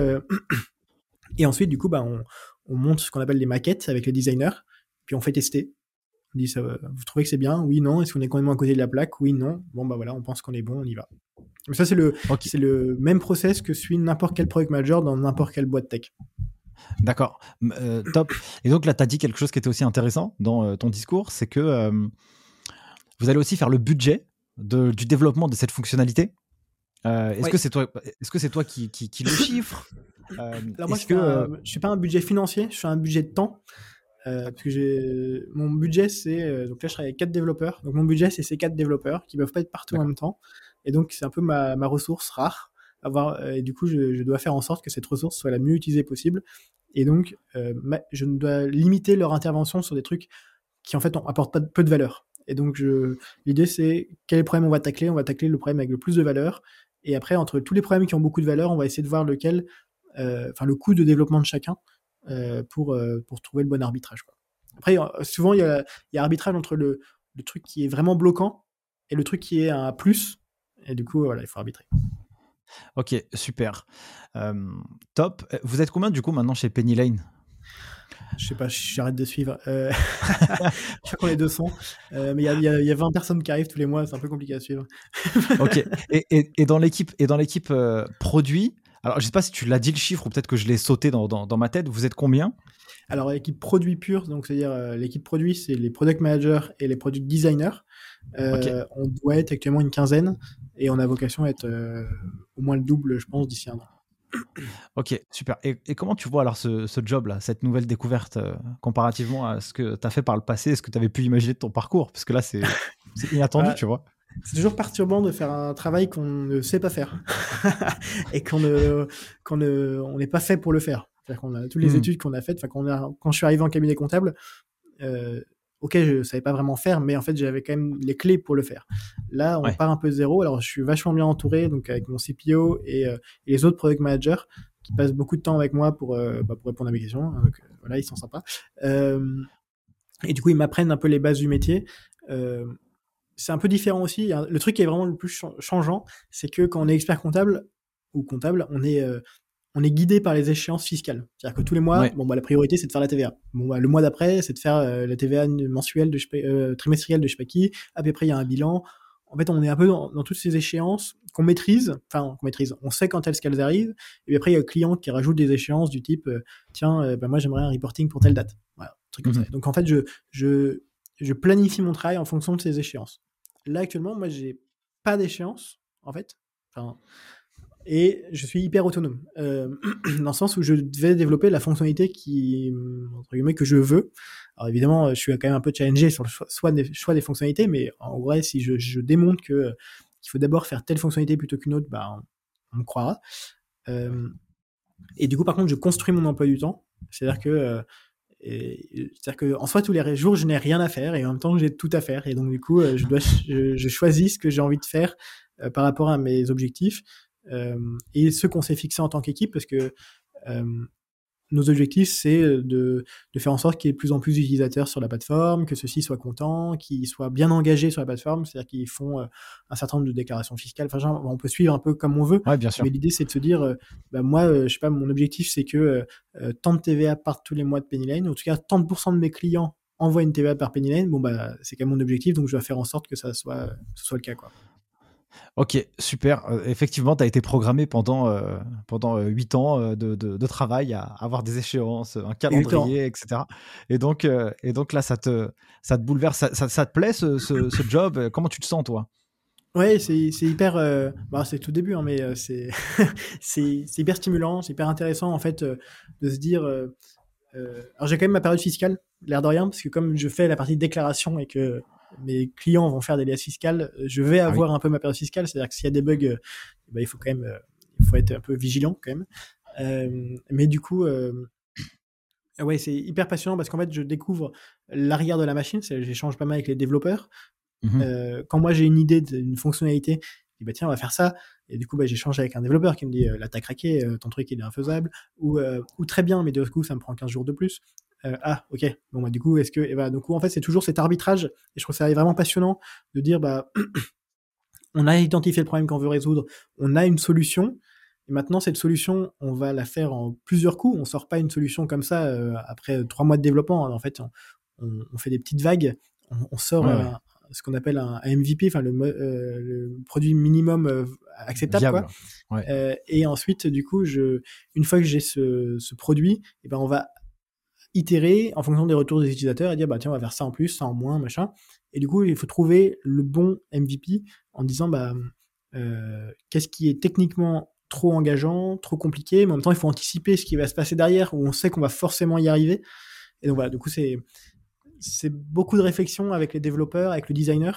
et ensuite du coup bah, on monte ce qu'on appelle des maquettes avec les designers, puis on fait tester. On dit ça, vous trouvez que c'est bien? Oui, non. Est-ce qu'on est complètement à côté de la plaque? Oui, non. Bon bah voilà, on pense qu'on est bon, on y va. Mais ça OK, c'est le même process que suit n'importe quel product manager dans n'importe quelle boîte tech. d'accord. Top. Et donc là, tu as dit quelque chose qui était aussi intéressant dans, ton discours, c'est que, vous allez aussi faire le budget du développement de cette fonctionnalité. Ouais. Est-ce que c'est toi qui le chiffre? Alors moi Est-ce que, je fais pas un budget financier, je fais un budget de temps. Parce que mon budget, c'est. Donc là, je travaille avec 4 développeurs. Donc mon budget, c'est ces 4 développeurs qui ne peuvent pas être partout en d'accord. même temps. Et donc, c'est un peu ma ressource rare. Et du coup, je dois faire en sorte que cette ressource soit la mieux utilisée possible. Et donc, je dois limiter leur intervention sur des trucs qui, en fait, apportent pas peu de valeur. Et donc, l'idée, c'est quel problème on va tacler? On va tacler le problème avec le plus de valeur. Et après, entre tous les problèmes qui ont beaucoup de valeur, on va essayer de voir lequel, le coût de développement de chacun pour trouver le bon arbitrage, quoi. Après, souvent, il y a arbitrage entre le truc qui est vraiment bloquant et le truc qui est un plus. Et du coup, voilà, il faut arbitrer. OK, super. Top. Vous êtes combien du coup maintenant chez Penny Lane? Je sais pas, j'arrête de suivre. Je crois qu'on est 200. Mais il y a 20 personnes qui arrivent tous les mois, c'est un peu compliqué à suivre. OK. Et dans l'équipe, produit, alors je sais pas si tu l'as dit le chiffre ou peut-être que je l'ai sauté dans ma tête, vous êtes combien? Alors, l'équipe produit pure, donc c'est-à-dire l'équipe produit, c'est les product managers et les product designers. OK. On doit être actuellement une quinzaine et on a vocation à être au moins le double, je pense, d'ici un an. OK, super. Et comment tu vois alors ce job-là, cette nouvelle découverte, comparativement à ce que tu as fait par le passé, ce que tu avais pu imaginer de ton parcours? Parce que là, c'est inattendu, Ouais, tu vois? c'est toujours perturbant de faire un travail qu'on ne sait pas faire et on n'est pas fait pour le faire. C'est-à-dire qu'on a toutes les Mmh. études qu'on a faites, quand je suis arrivé en cabinet comptable, euh, ok, je savais pas vraiment faire, mais en fait, j'avais quand même les clés pour le faire. Là, on Ouais. part un peu de zéro. Alors, je suis vachement bien entouré, donc avec mon CPO et les autres product managers qui passent beaucoup de temps avec moi pour répondre à mes questions. Donc, voilà, ils sont sympas. Et du coup, ils m'apprennent un peu les bases du métier. Euh, c'est un peu différent aussi. Le truc qui est vraiment le plus changeant, c'est que quand on est expert comptable ou comptable, on est guidé par les échéances fiscales. C'est-à-dire que tous les mois, Ouais. bon, bah, la priorité, c'est de faire la TVA. Bon, bah, le mois d'après, c'est de faire la TVA mensuelle, trimestrielle de je sais pas qui. À peu près, il y a un bilan. En fait, on est un peu dans toutes ces échéances qu'on maîtrise. Enfin, qu'on maîtrise. On sait quand est-ce qu'elles arrivent. Et puis après, il y a le client qui rajoute des échéances du type, tiens, bah, moi, j'aimerais un reporting pour telle date. Voilà, un truc comme ça. Mmh. Donc, en fait, je, je planifie mon travail en fonction de ces échéances. Là, actuellement, moi, j'ai pas d'échéance, en fait. Enfin, et je suis hyper autonome dans le sens où je vais développer la fonctionnalité entre guillemets, que je veux. Alors évidemment, je suis quand même un peu challengé sur le choix des fonctionnalités, mais en vrai, si je démontre qu'il faut d'abord faire telle fonctionnalité plutôt qu'une autre, bah, on me croira. Et du coup, par contre, je construis mon emploi du temps. C'est-à-dire que en soi, tous les jours, je n'ai rien à faire et en même temps, j'ai tout à faire. Et donc, du coup, je choisis ce que j'ai envie de faire par rapport à mes objectifs et ce qu'on s'est fixé en tant qu'équipe, parce que nos objectifs, c'est de faire en sorte qu'il y ait de plus en plus d'utilisateurs sur la plateforme, que ceux-ci soient contents, qu'ils soient bien engagés sur la plateforme, c'est-à-dire qu'ils font un certain nombre de déclarations fiscales. Enfin, genre, on peut suivre un peu comme on veut, Ouais, bien sûr. mais l'idée, c'est de se dire, moi, je sais pas, mon objectif, c'est que tant de TVA partent tous les mois de Pennyline, en tout cas, tant de pourcents de mes clients envoient une TVA par Pennyline. Bon, bah, c'est quand même mon objectif, donc je dois faire en sorte que ça soit le cas, quoi. Ok, super. Effectivement, tu as été programmé pendant 8 ans de travail à avoir des échéances, un Exactement. calendrier, etc. Et donc là, ça te bouleverse. Ça te plaît ce job? Comment tu te sens, toi? Ouais, c'est hyper. Bah, c'est tout début, hein, mais c'est hyper stimulant, c'est hyper intéressant en fait de se dire. Alors j'ai quand même ma période fiscale, l'air de rien, parce que comme je fais la partie déclaration et que mes clients vont faire des liasses fiscales, je vais Ah oui. avoir un peu ma période fiscale, c'est-à-dire que s'il y a des bugs, bah, il faut quand même, il faut être un peu vigilant quand même. Mais du coup, ouais, c'est hyper passionnant parce qu'en fait, je découvre l'arrière de la machine, j'échange pas mal avec les développeurs. Mhm. Quand moi j'ai une idée d'une fonctionnalité, je dis bah tiens on va faire ça, et du coup bah j'échange avec un développeur qui me dit là t'as craqué, ton truc il est infaisable, ou très bien mais du coup ça me prend 15 jours de plus. Ah ok, bon bah du coup est-ce que, et bah, donc en fait c'est toujours cet arbitrage, et je trouve ça vraiment passionnant de dire bah on a identifié le problème qu'on veut résoudre, on a une solution, et maintenant cette solution on va la faire en plusieurs coups, on sort pas une solution comme ça après 3 mois de développement, en fait on fait des petites vagues, on sort Ouais, ouais. ce qu'on appelle un MVP, enfin le produit minimum acceptable, quoi. Viable. Ouais. Et ensuite, du coup, une fois que j'ai ce produit, et ben on va itérer en fonction des retours des utilisateurs et dire bah tiens on va faire ça en plus, ça en moins, machin. Et du coup, il faut trouver le bon MVP en disant bah qu'est-ce qui est techniquement trop engageant, trop compliqué, mais en même temps il faut anticiper ce qui va se passer derrière, où on sait qu'on va forcément y arriver. Et donc voilà, du coup c'est beaucoup de réflexion avec les développeurs, avec le designer,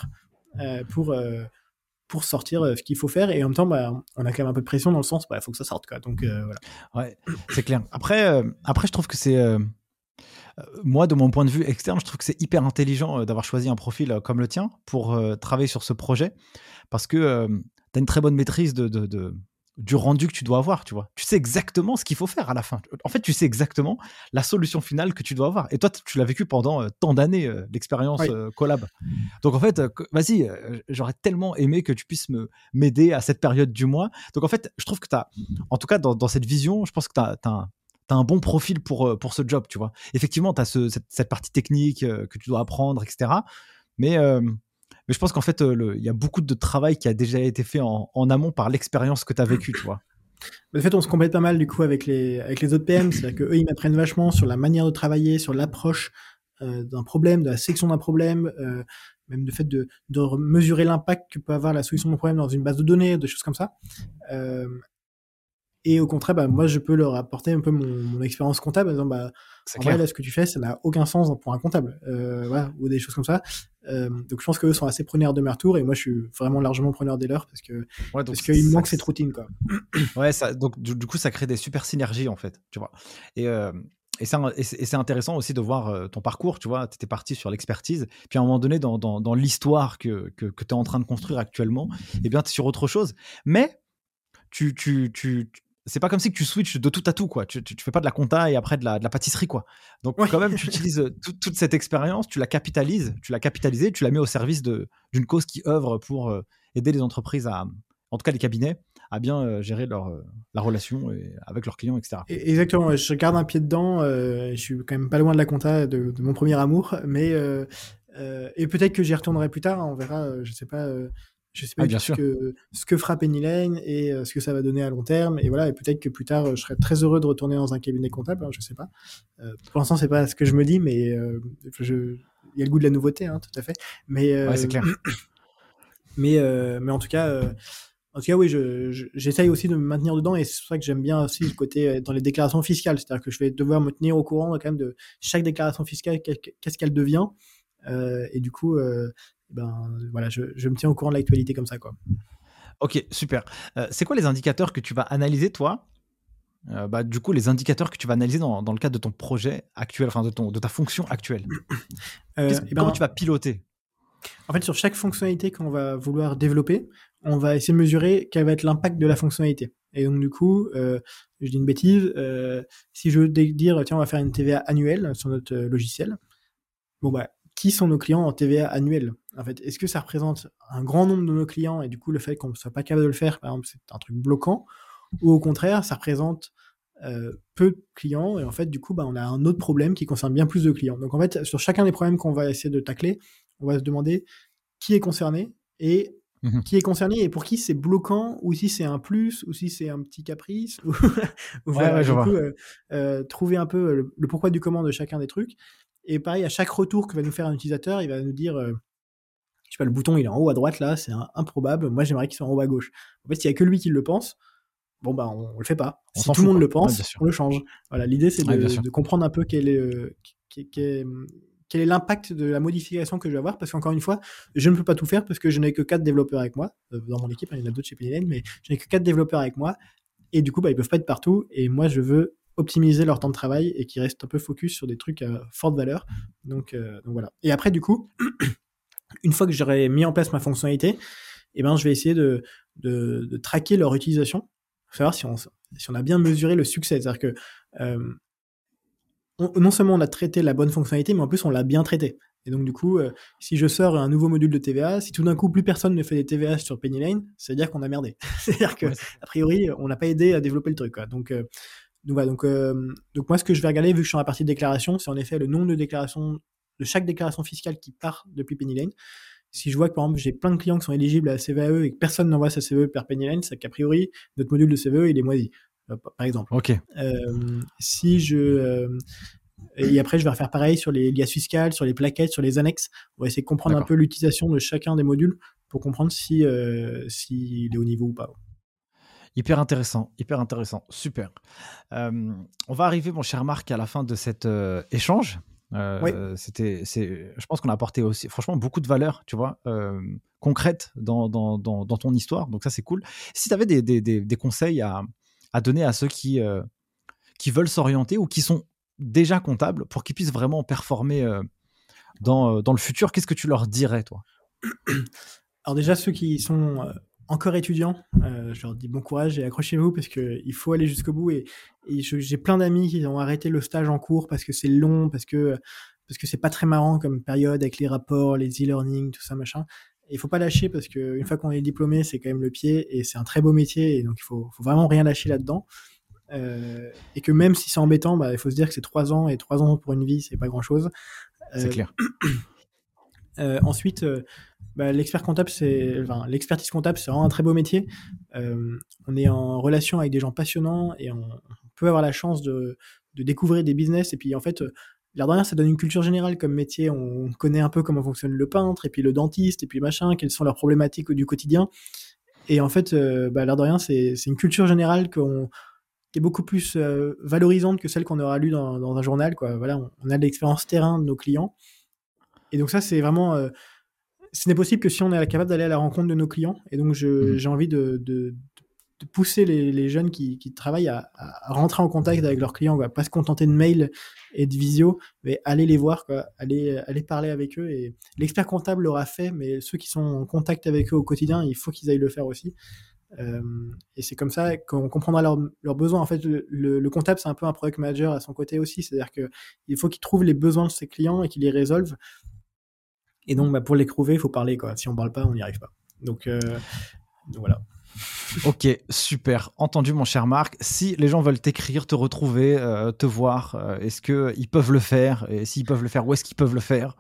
pour sortir ce qu'il faut faire. Et en même temps, bah, on a quand même un peu de pression dans le sens, bah, il faut que ça sorte, quoi. Donc voilà. Ouais, c'est clair. Après, je trouve que c'est moi, de mon point de vue externe, je trouve que c'est hyper intelligent d'avoir choisi un profil comme le tien pour travailler sur ce projet, parce que tu as une très bonne maîtrise du rendu que tu dois avoir, tu vois. Tu sais exactement ce qu'il faut faire à la fin. En fait, tu sais exactement la solution finale que tu dois avoir. Et toi, tu l'as vécu pendant tant d'années, l'expérience Oui. collab. Donc en fait, vas-y, j'aurais tellement aimé que tu puisses m'aider à cette période du mois. Donc en fait, je trouve que tu as, en tout cas dans cette vision, je pense que tu as un bon profil pour ce job, tu vois. Effectivement, tu as cette partie technique que tu dois apprendre, etc. Mais, euh, mais je pense qu'en fait, il y a beaucoup de travail qui a déjà été fait en amont par l'expérience que tu as vécue, tu vois. Mais en fait, on se complète pas mal du coup avec les autres PM, c'est-à-dire qu'eux, ils m'apprennent vachement sur la manière de travailler, sur l'approche d'un problème, de la section d'un problème, même le fait de mesurer l'impact que peut avoir la solution d'un problème dans une base de données, des choses comme ça. Euh, Et au contraire, bah, moi, je peux leur apporter un peu mon expérience comptable en disant, bah, C'est en vrai, clair. là, ce que tu fais, ça n'a aucun sens pour un comptable, voilà, ou des choses comme ça. Donc, je pense qu'eux sont assez preneurs de mes retours, et moi, je suis vraiment largement preneur des leurs, Ouais, donc parce qu'il me manque cette routine, quoi. ouais, donc du coup, ça crée des super synergies en fait, tu vois. Et, euh, et c'est intéressant aussi de voir ton parcours, tu vois. Tu étais parti sur l'expertise, puis à un moment donné, dans l'histoire que tu es en train de construire actuellement, eh bien, tu es sur autre chose. Mais c'est pas comme si que tu switches de tout à tout, quoi. Tu fais pas de la compta et après de la pâtisserie, quoi. Donc, Ouais. quand même, tu utilises toute cette expérience, tu l'as capitalisée, tu la mets au service d'une cause qui œuvre pour aider les entreprises en tout cas les cabinets, à bien gérer la relation avec leurs clients, etc. Exactement, ouais, je garde un pied dedans, je suis quand même pas loin de la compta, de mon premier amour, mais et peut-être que j'y retournerai plus tard, hein, on verra, je sais pas Ah, du bien tout sûr. ce que fera Penny Lane et ce que ça va donner à long terme, et voilà, et peut-être que plus tard, je serai très heureux de retourner dans un cabinet comptable, hein, je sais pas. Pour l'instant, c'est pas ce que je me dis, mais il y a le goût de la nouveauté, hein, tout à fait. Mais Ouais, c'est clair. mais en tout cas, En tout cas, oui, j'essaye aussi de me maintenir dedans et c'est pour ça que j'aime bien aussi le côté dans les déclarations fiscales. C'est-à-dire que je vais devoir me tenir au courant quand même de chaque déclaration fiscale, qu'est-ce qu'elle devient. Et du coup, voilà, je me tiens au courant de l'actualité comme ça, quoi. Ok, super. C'est quoi les indicateurs que tu vas analyser, toi du coup, les indicateurs que tu vas analyser dans le cadre de ton projet actuel, enfin de ta fonction actuelle. Comment tu vas piloter? En fait, sur chaque fonctionnalité qu'on va vouloir développer, on va essayer de mesurer quel va être l'impact de la fonctionnalité. Et donc, du coup, je dis une bêtise, si je veux dire, tiens, on va faire une TVA annuelle sur notre logiciel, bon, bah, qui sont nos clients en TVA annuelle? En fait, est-ce que ça représente un grand nombre de nos clients et du coup, le fait qu'on ne soit pas capable de le faire, par exemple, c'est un truc bloquant? Ou au contraire, ça représente peu de clients et en fait, du coup, on a un autre problème qui concerne bien plus de clients. Donc, en fait, sur chacun des problèmes qu'on va essayer de tacler, on va se demander qui est concerné et qui est concerné et pour qui c'est bloquant ou si c'est un plus ou si c'est un petit caprice ou voilà, je du vois. coup trouver un peu le pourquoi du comment de chacun des trucs. Et pareil, à chaque retour que va nous faire un utilisateur, il va nous dire je sais pas, le bouton il est en haut à droite là, c'est improbable, moi j'aimerais qu'il soit en haut à gauche. En fait, s'il y a que lui qui le pense, bon on le fait pas. On Si s'en tout le fout, monde quoi. le Ouais, pense, bien sûr. on le change. Voilà, l'idée c'est Ouais, bien sûr. de comprendre un peu quel est l'impact de la modification que je vais avoir, parce qu'encore une fois, je ne peux pas tout faire parce que je n'ai que 4 développeurs avec moi, dans mon équipe, il y en a d'autres chez Penny Lane, mais je n'ai que 4 développeurs avec moi, et du coup, ils peuvent pas être partout, et moi, je veux optimiser leur temps de travail et qu'ils restent un peu focus sur des trucs à forte valeur. Donc voilà. Et après, du coup, une fois que j'aurai mis en place ma fonctionnalité, je vais essayer de traquer leur utilisation, pour savoir si on a bien mesuré le succès. C'est-à-dire que non seulement on a traité la bonne fonctionnalité, mais en plus on l'a bien traité. Et donc du coup, si je sors un nouveau module de TVA, si tout d'un coup plus personne ne fait des TVA sur Penny Lane, ça veut dire qu'on a merdé. C'est-à-dire que a priori, on n'a pas aidé à développer le truc, quoi. Donc moi, ce que je vais regarder, vu que je suis dans la partie de déclaration, c'est en effet le nombre de déclarations, de chaque déclaration fiscale qui part depuis Penny Lane. Si je vois que par exemple j'ai plein de clients qui sont éligibles à la CVAE et que personne n'envoie sa CVAE par Penny Lane, c'est qu'a priori notre module de CVAE il est moisi, par exemple. Ok. Et après, je vais refaire pareil sur les liasses fiscales, sur les plaquettes, sur les annexes. On va essayer de comprendre un peu l'utilisation de chacun des modules pour comprendre s'il est au niveau ou pas. Hyper intéressant, super. On va arriver, mon cher Marc, à la fin de cet échange. Oui. Je pense qu'on a apporté aussi, franchement, beaucoup de valeur, tu vois, concrète dans ton histoire. Donc ça, c'est cool. Si tu avais des conseils à donner à ceux qui veulent s'orienter ou qui sont déjà comptables pour qu'ils puissent vraiment performer dans le futur, qu'est-ce que tu leur dirais, toi? Alors déjà, ceux qui sont encore étudiants, je leur dis bon courage et accrochez-vous parce qu'il faut aller jusqu'au bout. Et j'ai plein d'amis qui ont arrêté le stage en cours parce que c'est long, parce que c'est pas très marrant comme période avec les rapports, les e-learning, tout ça, machin. Et il faut pas lâcher parce qu'une fois qu'on est diplômé, c'est quand même le pied et c'est un très beau métier et donc il faut vraiment rien lâcher là-dedans. Et que même si c'est embêtant, il faut se dire que c'est 3 ans et 3 ans pour une vie, c'est pas grand-chose. C'est clair. Ensuite, l'expertise comptable, c'est vraiment un très beau métier. On est en relation avec des gens passionnants et on peut avoir la chance de découvrir des business. Et puis en fait, l'air de rien, ça donne une culture générale comme métier. On connaît un peu comment fonctionne le peintre et puis le dentiste et puis machin, quelles sont leurs problématiques du quotidien. Et en fait, l'air de rien, c'est une culture générale qui est beaucoup plus valorisante que celle qu'on aura lue dans un journal, quoi. Voilà, on a de l'expérience terrain de nos clients. Et donc ça, c'est vraiment... ce n'est possible que si on est capable d'aller à la rencontre de nos clients. Et donc, j'ai envie de pousser les jeunes qui travaillent à rentrer en contact avec leurs clients, quoi. Pas se contenter de mails et de visio, mais aller les voir, quoi. Aller parler avec eux. Et l'expert comptable l'aura fait, mais ceux qui sont en contact avec eux au quotidien, il faut qu'ils aillent le faire aussi. Et c'est comme ça qu'on comprendra leurs besoins. En fait, le comptable, c'est un peu un product manager à son côté aussi. C'est-à-dire qu'il faut qu'il trouve les besoins de ses clients et qu'il les résolve. Et donc, pour les trouver, il faut parler, quoi. Si on parle pas, on n'y arrive pas. Donc voilà. Ok, super. Entendu, mon cher Marc. Si les gens veulent t'écrire, te retrouver, te voir, est-ce qu'ils peuvent le faire? Et s'ils peuvent le faire, où est-ce qu'ils peuvent le faire?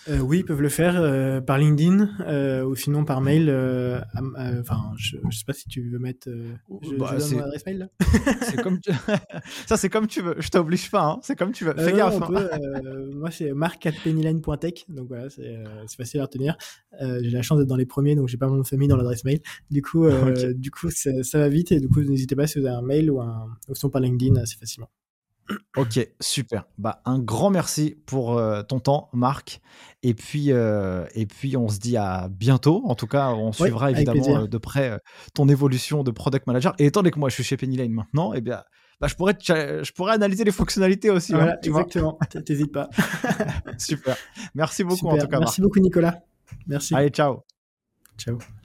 Oui, ils peuvent le faire par LinkedIn ou sinon par mail. Enfin, je sais pas si tu veux mettre. Je donne mon adresse mail là. C'est comme tu... Ça, c'est comme tu veux. Je t'oblige pas. Hein. C'est comme tu veux. Fais Non, gaffe. on Hein. peut. Moi, c'est marc@pennyline.tech. Donc voilà, c'est facile à retenir. J'ai la chance d'être dans les premiers, donc j'ai pas mon nom de famille dans l'adresse mail. Du coup, Ok. ça va vite et du coup, n'hésitez pas si vous avez un mail ou sinon par LinkedIn assez facilement. Ok, super. Bah, un grand merci pour ton temps, Marc. Et puis, on se dit à bientôt. En tout cas, on Oui, suivra avec évidemment plaisir. de près ton évolution de product manager. Et étant donné que moi, je suis chez Pennyline maintenant, eh bien, bah, je pourrais analyser les fonctionnalités aussi, hein, Voilà, tu vois. exactement. T'hésites pas. Super. Merci beaucoup en Super. tout cas, Merci Marc. beaucoup, Nicolas. Merci. Allez, ciao. Ciao.